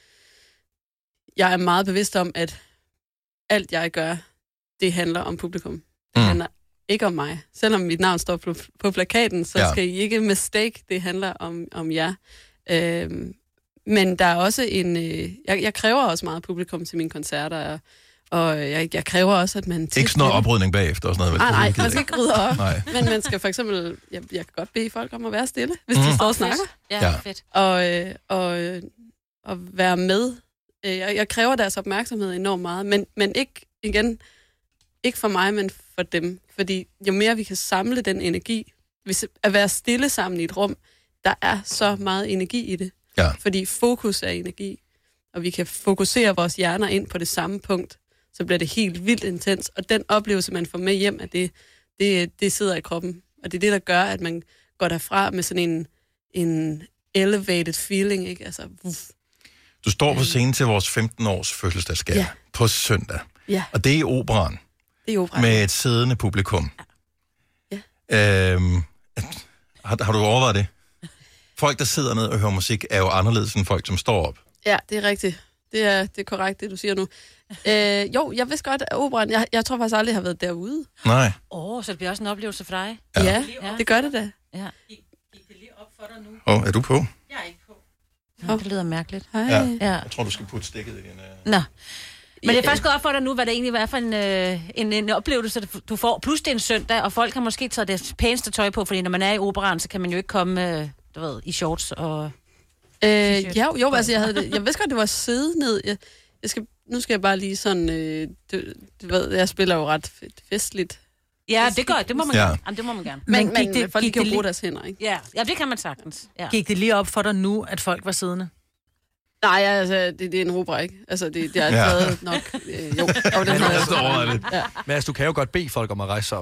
Jeg er meget bevidst om, at alt, jeg gør, det handler om publikum. Det Mm. handler ikke om mig. Selvom mit navn står på, på plakaten, så Ja. skal I ikke mistake, det handler om, om jer. Øhm, men der er også en... Øh, jeg, jeg kræver også meget publikum til mine koncerter, og, og jeg, jeg kræver også, at man... Ikke sådan noget oprydning bagefter og sådan noget? vel? Nej, nej, Det gider man skal jeg ikke rydde op. Nej. Men man skal for eksempel... Jeg, jeg kan godt bede folk om at være stille, hvis Mm. de står og Fedt. snakker. Ja, Ja. fedt. Og, øh, og, øh, og være med. Øh, Jeg, jeg kræver deres opmærksomhed enormt meget, men, men ikke, igen, ikke for mig, men for dem. Fordi jo mere vi kan samle den energi, hvis at være stille sammen i et rum, der er så meget energi i det. Ja. Fordi fokus er energi, og vi kan fokusere vores hjerner ind på det samme punkt, så bliver det helt vildt intens. Og den oplevelse, man får med hjem, at det, det, det sidder i kroppen. Og det er det, der gør, at man går derfra med sådan en, en elevated feeling, ikke? Altså, uff. Du står på scenen til vores femten-års fødselsdagsgave Ja. på søndag. Ja. Og det er i operan Det er jo oprettet. med et siddende publikum. Ja. Øhm, har, har du overvejet det? Folk, der sidder ned og hører musik, er jo anderledes end folk, som står op. Ja, det er rigtigt. Det er, det er korrekt, det du siger nu. Øh, jo, jeg vidste godt, at operan, jeg, jeg tror faktisk aldrig, jeg har været derude. Nej. Åh, oh, så det bliver også en oplevelse for dig. Ja, ja, det gør det da. Ja. Åh, oh, er du på? Jeg er ikke på. Nå, det lyder mærkeligt. Hej. Ja. Ja. Jeg tror, du skal putte stikket i din... Uh... Nå. Men det er faktisk gået op for dig nu, hvad det egentlig er for en, øh, en, en oplevelse, du får. Plus det er en søndag, og folk har måske taget det pæneste tøj på, fordi når man er i operan, så kan man jo ikke komme øh, du ved, i shorts og... Øh, ja, jo, altså jeg, havde det, jeg vidste godt, det var sidde ned. Jeg, jeg skal, nu skal jeg bare lige sådan... Øh, du, du ved, jeg spiller jo ret festligt. Ja, det gør det, må man Ja. gerne. Jamen, det må man gerne. Men, Men men, gik det- men folk gik kan jo det bruge lige- deres hænder, ikke? Ja, ja, det kan man sagtens. Ja. Gik det lige op for dig nu, at folk var siddende? Nej, altså, det, det er en rubrik. Altså, det, det er Ja. taget nok... Øh, jo, og den Men havde altså, jeg overvejet det. Ja. Men altså, du kan jo godt bede folk om at rejse sig op.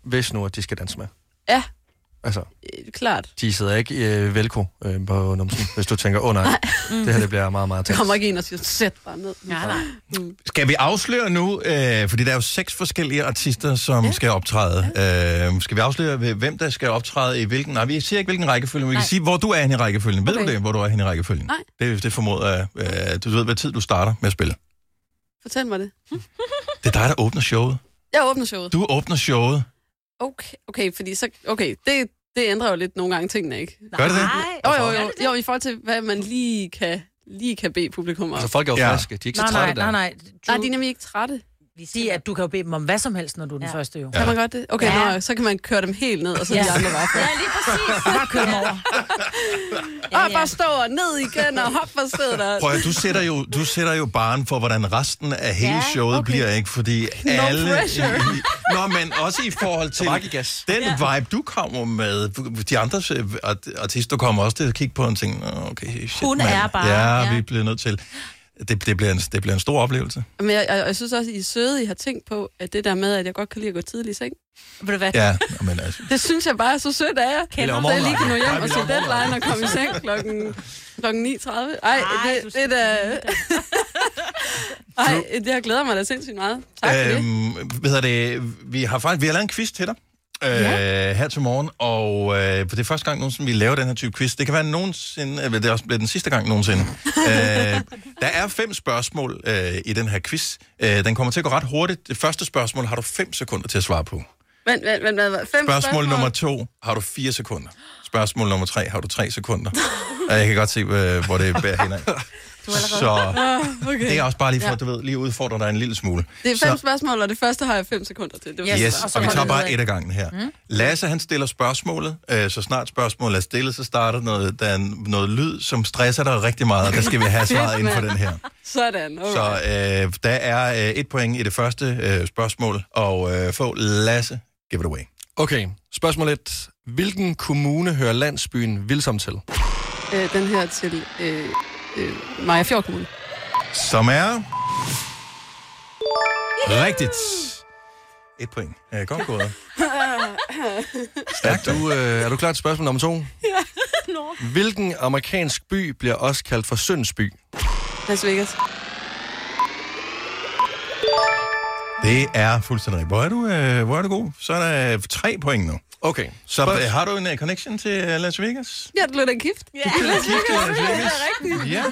hvis nu, at de skal danse med. Ja. Altså, øh, klart. De sidder ikke i øh, velcro øh, på numsen, hvis du tænker, åh oh, nej, nej. Det her det bliver meget, meget tæt. Der kommer ikke en og siger, sæt bare ned. Nej, nej. Mm. Skal vi afsløre nu, øh, fordi der er jo seks forskellige artister, som ja. skal optræde. Ja. Øh, skal vi afsløre, hvem der skal optræde i hvilken... Nej, vi siger ikke, hvilken rækkefølge, men vi kan sige, hvor du er henne i rækkefølgen. Okay. Ved du det, hvor du er henne i rækkefølgen? Nej. Det, det formoder jeg. Øh, du ved, hvad tid du starter med at spille. Fortæl mig det. Det er dig, der åbner showet. Jeg åbner showet. Du åbner showet. Okay, okay, fordi så... Okay, det, det ændrer jo lidt nogle gange tingene, ikke? Gør det det? Jo, jo, jo. Jo, i forhold til, hvad man lige kan, lige kan bede publikum om. Altså, folk er jo Ja. friske. De er ikke så Nej, trætte nej, der. nej, nej. Nej, de er nemlig ikke trætte. Sige, at du kan jo bede dem om hvad som helst, når du er den Ja. første jo. Kan man godt det? Okay, Ja. nå, så kan man køre dem helt ned, og så Ja. de andre bare for. Ja, lige præcis. Bare kør dem over. Og bare stå og ned igen og hoppe for stedet. Og... Prøv at, du sætter jo, du sætter jo barren for, hvordan resten af hele Ja, showet okay. bliver, ikke? Fordi No alle... pressure. I, nå, men også i forhold til Gas. den vibe, du kommer med. De andre øh, art- artister kommer også til at kigge på en ting. Nå, okay, shit, Hun man. er bare- Ja, ja. vi bliver nødt til... Det, det, bliver en, det bliver en stor oplevelse. Men jeg, jeg, jeg synes også, I er søde, I har tænkt på, at det der med, at jeg godt kan lide at gå tidligt i seng. Ved du hvad? Ja, men altså... Det synes jeg bare er så sødt af jer. Kender Så jeg lige kan nå Nej, hjem vi og se laver deadline og komme i seng klokken, klokken ni tredive. Ej, Ej, det, det er da... Ej, det jeg glæder mig da sindssygt meget. Tak for det. Øhm, hvad hedder det? Vi har faktisk vi har lavet en quiz til dig. Øh, her til morgen, og øh, det er første gang nogensinde, vi laver den her type quiz. Det kan være nogensinde, eller det er også blevet den sidste gang nogensinde. øh, der er fem spørgsmål øh, i den her quiz. Øh, den kommer til at gå ret hurtigt. Det første spørgsmål har du fem sekunder til at svare på. Vent, vent, vent, vent. Fem Spørgsmål, spørgsmål nummer to har du fire sekunder. Spørgsmål nummer tre har du tre sekunder. Og jeg kan godt se, øh, hvor det bærer henad. Så Ah, okay. det er også bare lige for, Ja. at du ved, lige udfordrer dig en lille smule. Det er Så- fem spørgsmål, og det første har jeg fem sekunder til. Det var Yes, bare- og, og vi tager bare et af gangen her. Mm. Lasse, han stiller spørgsmålet. Øh, så snart spørgsmålet er stillet, så starter noget, der er noget lyd, som stresser dig rigtig meget, og der skal vi have svaret inden for den her. Sådan, okay. Så øh, der er øh, et point i det første øh, spørgsmål, og øh, få Lasse, give it away. Okay, spørgsmål et. Hvilken kommune hører landsbyen Vilsom til? Øh, den her til øh, øh, Maja Fjord Kommune. Som er... Rigtigt. Et point. Øh, godt gået. Er du, øh, er du klar til spørgsmål nummer to? Ja. Hvilken amerikansk by bliver også kaldt for Syndsby? Las Vegas. Det er fuldstændig rigtigt. Hvor er du, øh, hvor er du god? Så er der tre point nu. Okay. Så øh, har du en uh, connection til uh, Las Vegas? Ja, det blev da gift. Ja, Las Vegas. Det er rigtigt. Ja.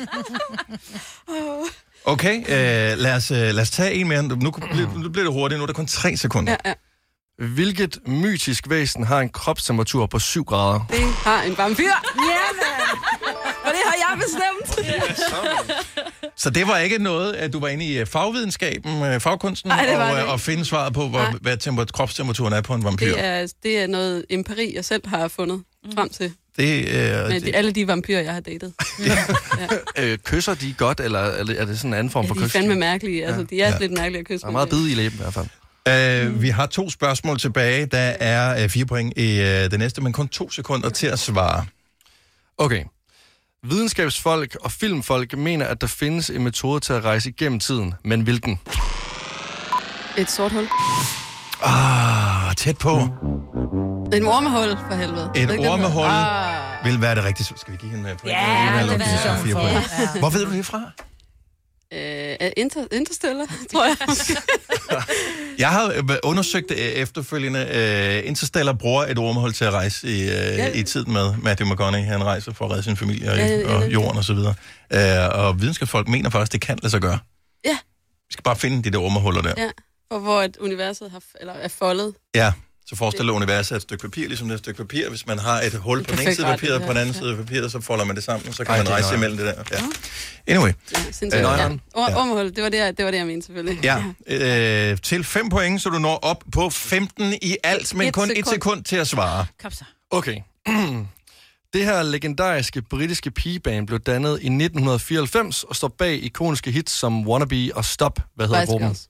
Okay, øh, lad, os, øh, lad os tage en mere. Nu, nu bliver det hurtigt. Nu er der kun tre sekunder. Ja, ja. Hvilket mytisk væsen har en kropstemperatur på syv grader? Det har en vampyr. Ja, man. Og det har jeg bestemt. Så det var ikke noget, at du var inde i øh, fagvidenskaben, øh, fagkunsten, Nej, det var og, det øh, ikke. og finde svaret på, hvor, hvad temper- kropstemperaturen er på en vampyr. Det er, det er noget empiri, jeg selv har fundet frem til. Det, øh, Med det, de, alle de vampyrer, jeg har datet. Øh, kysser de godt, eller er det, er det sådan en anden form for Ja, de er kys? fandme mærkelige. Altså, de er Ja. lidt mærkelige at kysse Der er meget bid i læben i hvert fald. Øh, vi har to spørgsmål tilbage. Der er øh, fire point i øh, det næste, men kun to sekunder til at svare. Okay. Videnskabsfolk og filmfolk mener, at der findes en metode til at rejse igennem tiden. Men hvilken? Et sort hul. Ah, tæt på. En ormehul, for helvede. Et Det er ikke ormehul det, ah. vil være det rigtige. Skal vi give hende uh, point? Ja, Eller det give vil hende jeg fire for. point? Ja. Hvor ved du det fra? Øh, inter, interstellar, tror jeg. Jeg har øh, undersøgt det øh, efterfølgende. Uh, Interstellar bruger et ormehul til at rejse i, uh, Ja. i tid med. Matthew McConaughey, han rejser for at redde sin familie og, Ja, ja, ja. og jorden og så videre. Uh, og videnskabsfolk mener faktisk, det kan lade sig gøre. Ja. Vi skal bare finde de der ormehuller der. Ja, for hvor et universet har, eller er foldet. Ja, så forestil dig universet er et stykke papir, ligesom det er et stykke papir. Hvis man har et hul på den ene Perfekt side af ret, papiret, ja. på den anden side af papiret, så folder man det sammen, og så kan Ej, man det er rejse nøjeren. imellem det der. Ja. Anyway. Ja, sindssygt. Øh, Ja. Or, ormehul, det var det, jeg, det var det, jeg mente selvfølgelig. Ja, øh, til fem point, så du når op på femten i alt, men Et kun et sekund. sekund til at svare. Kom så. Okay. Det her legendariske britiske pigeband blev dannet i nitten fireoghalvfems og står bag ikoniske hits som Wannabe og Stop. Hvad hedder Spice gruppen? Girls.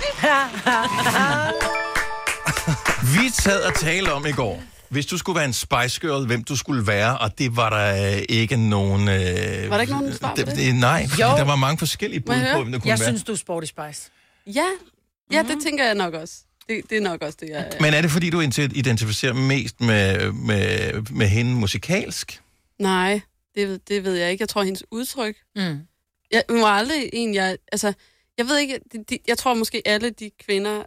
Vi sad og talte om i går, hvis du skulle være en Spice Girl, hvem du skulle være, og det var der øh, ikke nogen... Øh, Var der ikke nogen svar på det? det? det nej, fordi Jo. der var mange forskellige bud Må jeg på, høre? hvem det kunne Jeg være. synes, du er Sporty Spice. Ja, ja det tænker jeg nok også. det, det er nok også det, jeg... Men er det, fordi du identificerer mest med, med, med hende musikalsk? Nej, det, ved- det ved jeg ikke. Jeg tror, hendes udtryk... Mm. Jeg hun var aldrig en, jeg... Altså, jeg ved ikke... De, de, jeg tror måske alle de kvinder...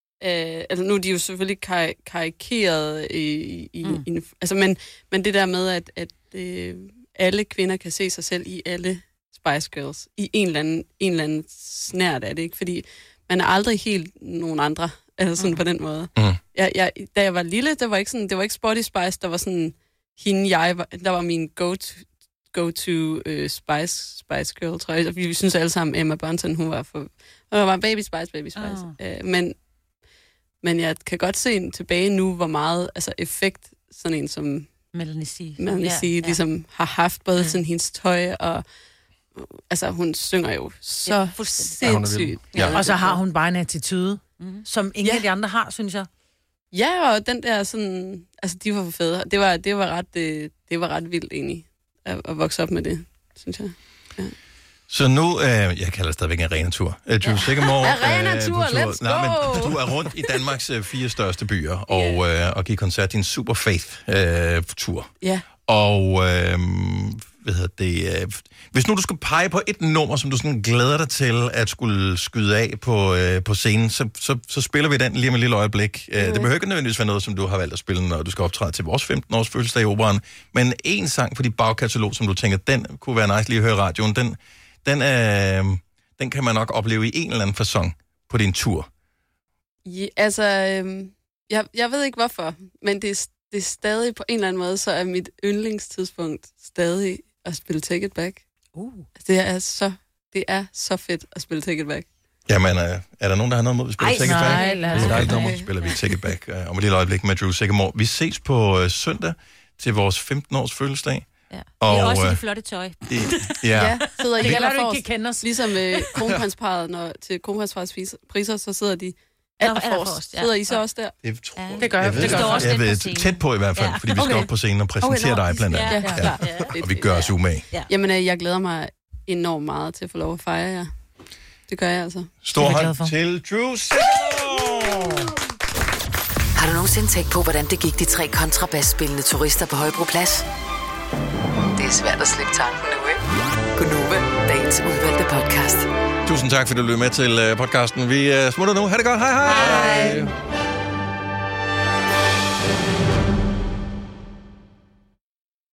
Øh, altså, nu er de jo selvfølgelig kar- karikeret i... i, mm. i altså, men, men det der med, at, at øh, alle kvinder kan se sig selv i alle Spice Girls. I en eller anden, en eller anden snært af det, ikke? Fordi man er aldrig helt nogen andre. Altså sådan mm. på den måde. Mm. Jeg, jeg, da jeg var lille, det var ikke sådan... Det var ikke Sporty Spice, der var sådan... Hende, jeg var... Der var min go-to... go-to uh, Spice, Spice Girl, tror jeg. Vi, vi synes alle sammen, Emma Bunton, hun var for... Hun var Baby Spice, Baby Spice. Oh. Uh, men, men jeg kan godt se tilbage nu, hvor meget altså, effekt sådan en som Melanie C. Melanie Ja, C. ja. ligesom har haft, både mm. sådan hendes tøj og... Altså, hun synger jo så Ja, ja, sindssygt. Ja. Og så har hun bare en attitude, mm. som ingen ja. af de andre har, synes jeg. Ja, og den der sådan... Altså, de var for fede. Det var, det var, ret, det, det var ret vildt, egentlig, at, at vokse op med det, synes jeg. Ja. Så nu, øh, jeg kalder det stadigvæk en arenatur. Øh, Drew Sigamore, Arenatur, øh, på tur- let's Nej, go! men du er rundt i Danmarks øh, fire største byer, og, øh, og giver koncert din Super Faith-tur. Ja. Og, øh, hvad hedder det, øh, hvis nu du skal pege på et nummer, som du sådan glæder dig til at skulle skyde af på, øh, på scenen, så, så, så spiller vi den lige om et lille øjeblik. Mm. Det behøver ikke nødvendigvis være noget, som du har valgt at spille, når du skal optræde til vores femten-års fødselsdag i Operaen, men en sang for dit bagkatalog, som du tænker, den kunne være nice lige at høre i radioen, den, den, øh, den kan man nok opleve i en eller anden facon på din tur. Ja, altså, øhm, jeg, jeg ved ikke hvorfor, men det er, det er stadig på en eller anden måde, så er mit yndlingstidspunkt stadig at spille Take It Back. Uh. Det er så, det er så fedt at spille Take It Back. Jamen, er, er der nogen, der har noget mod, vi spiller Ej, Take It Back? nej, lad os Det er et dejligt ikke. nummer, så spiller vi Take It Back øh, om et lille øjeblik med Drew Sigamore. Vi ses på øh, søndag til vores femten-års fødselsdag. Ja. Og, det er også i øh, det flotte tøj. I, ja. Ja, sidder i Det kan aller være, du ikke forrest. kan kende os. Ligesom øh, kronprinsparet, når til kronprinsparets priser, priser, så sidder de Nå, allerforrest. allerforrest, ja. Sidder I så også der? Det tror Ja, det gør jeg. Jeg ved, Det gør jeg, jeg også jeg lidt på ved scenen. tæt på i hvert fald, Ja. fordi vi skal Okay. op på scenen og præsentere Okay, nå. dig blandt andet. Ja, ja, ja. Og vi gør os umage. Ja. Jamen, øh, jeg glæder mig enormt meget til at få lov at fejre jer. Det gør jeg altså. Stor hånd til Drew Sigamore! Har du nogensinde tænkt på, hvordan det gik de tre kontrabasspillende turister på Højbroplads? Det er svært at slippe tanken nu, ikke? Gunova, dagens udvalgte podcast. Tusind tak, fordi du løb med til øh, podcasten. Vi øh, smutter nu. Ha' det godt. Hej hej! hej.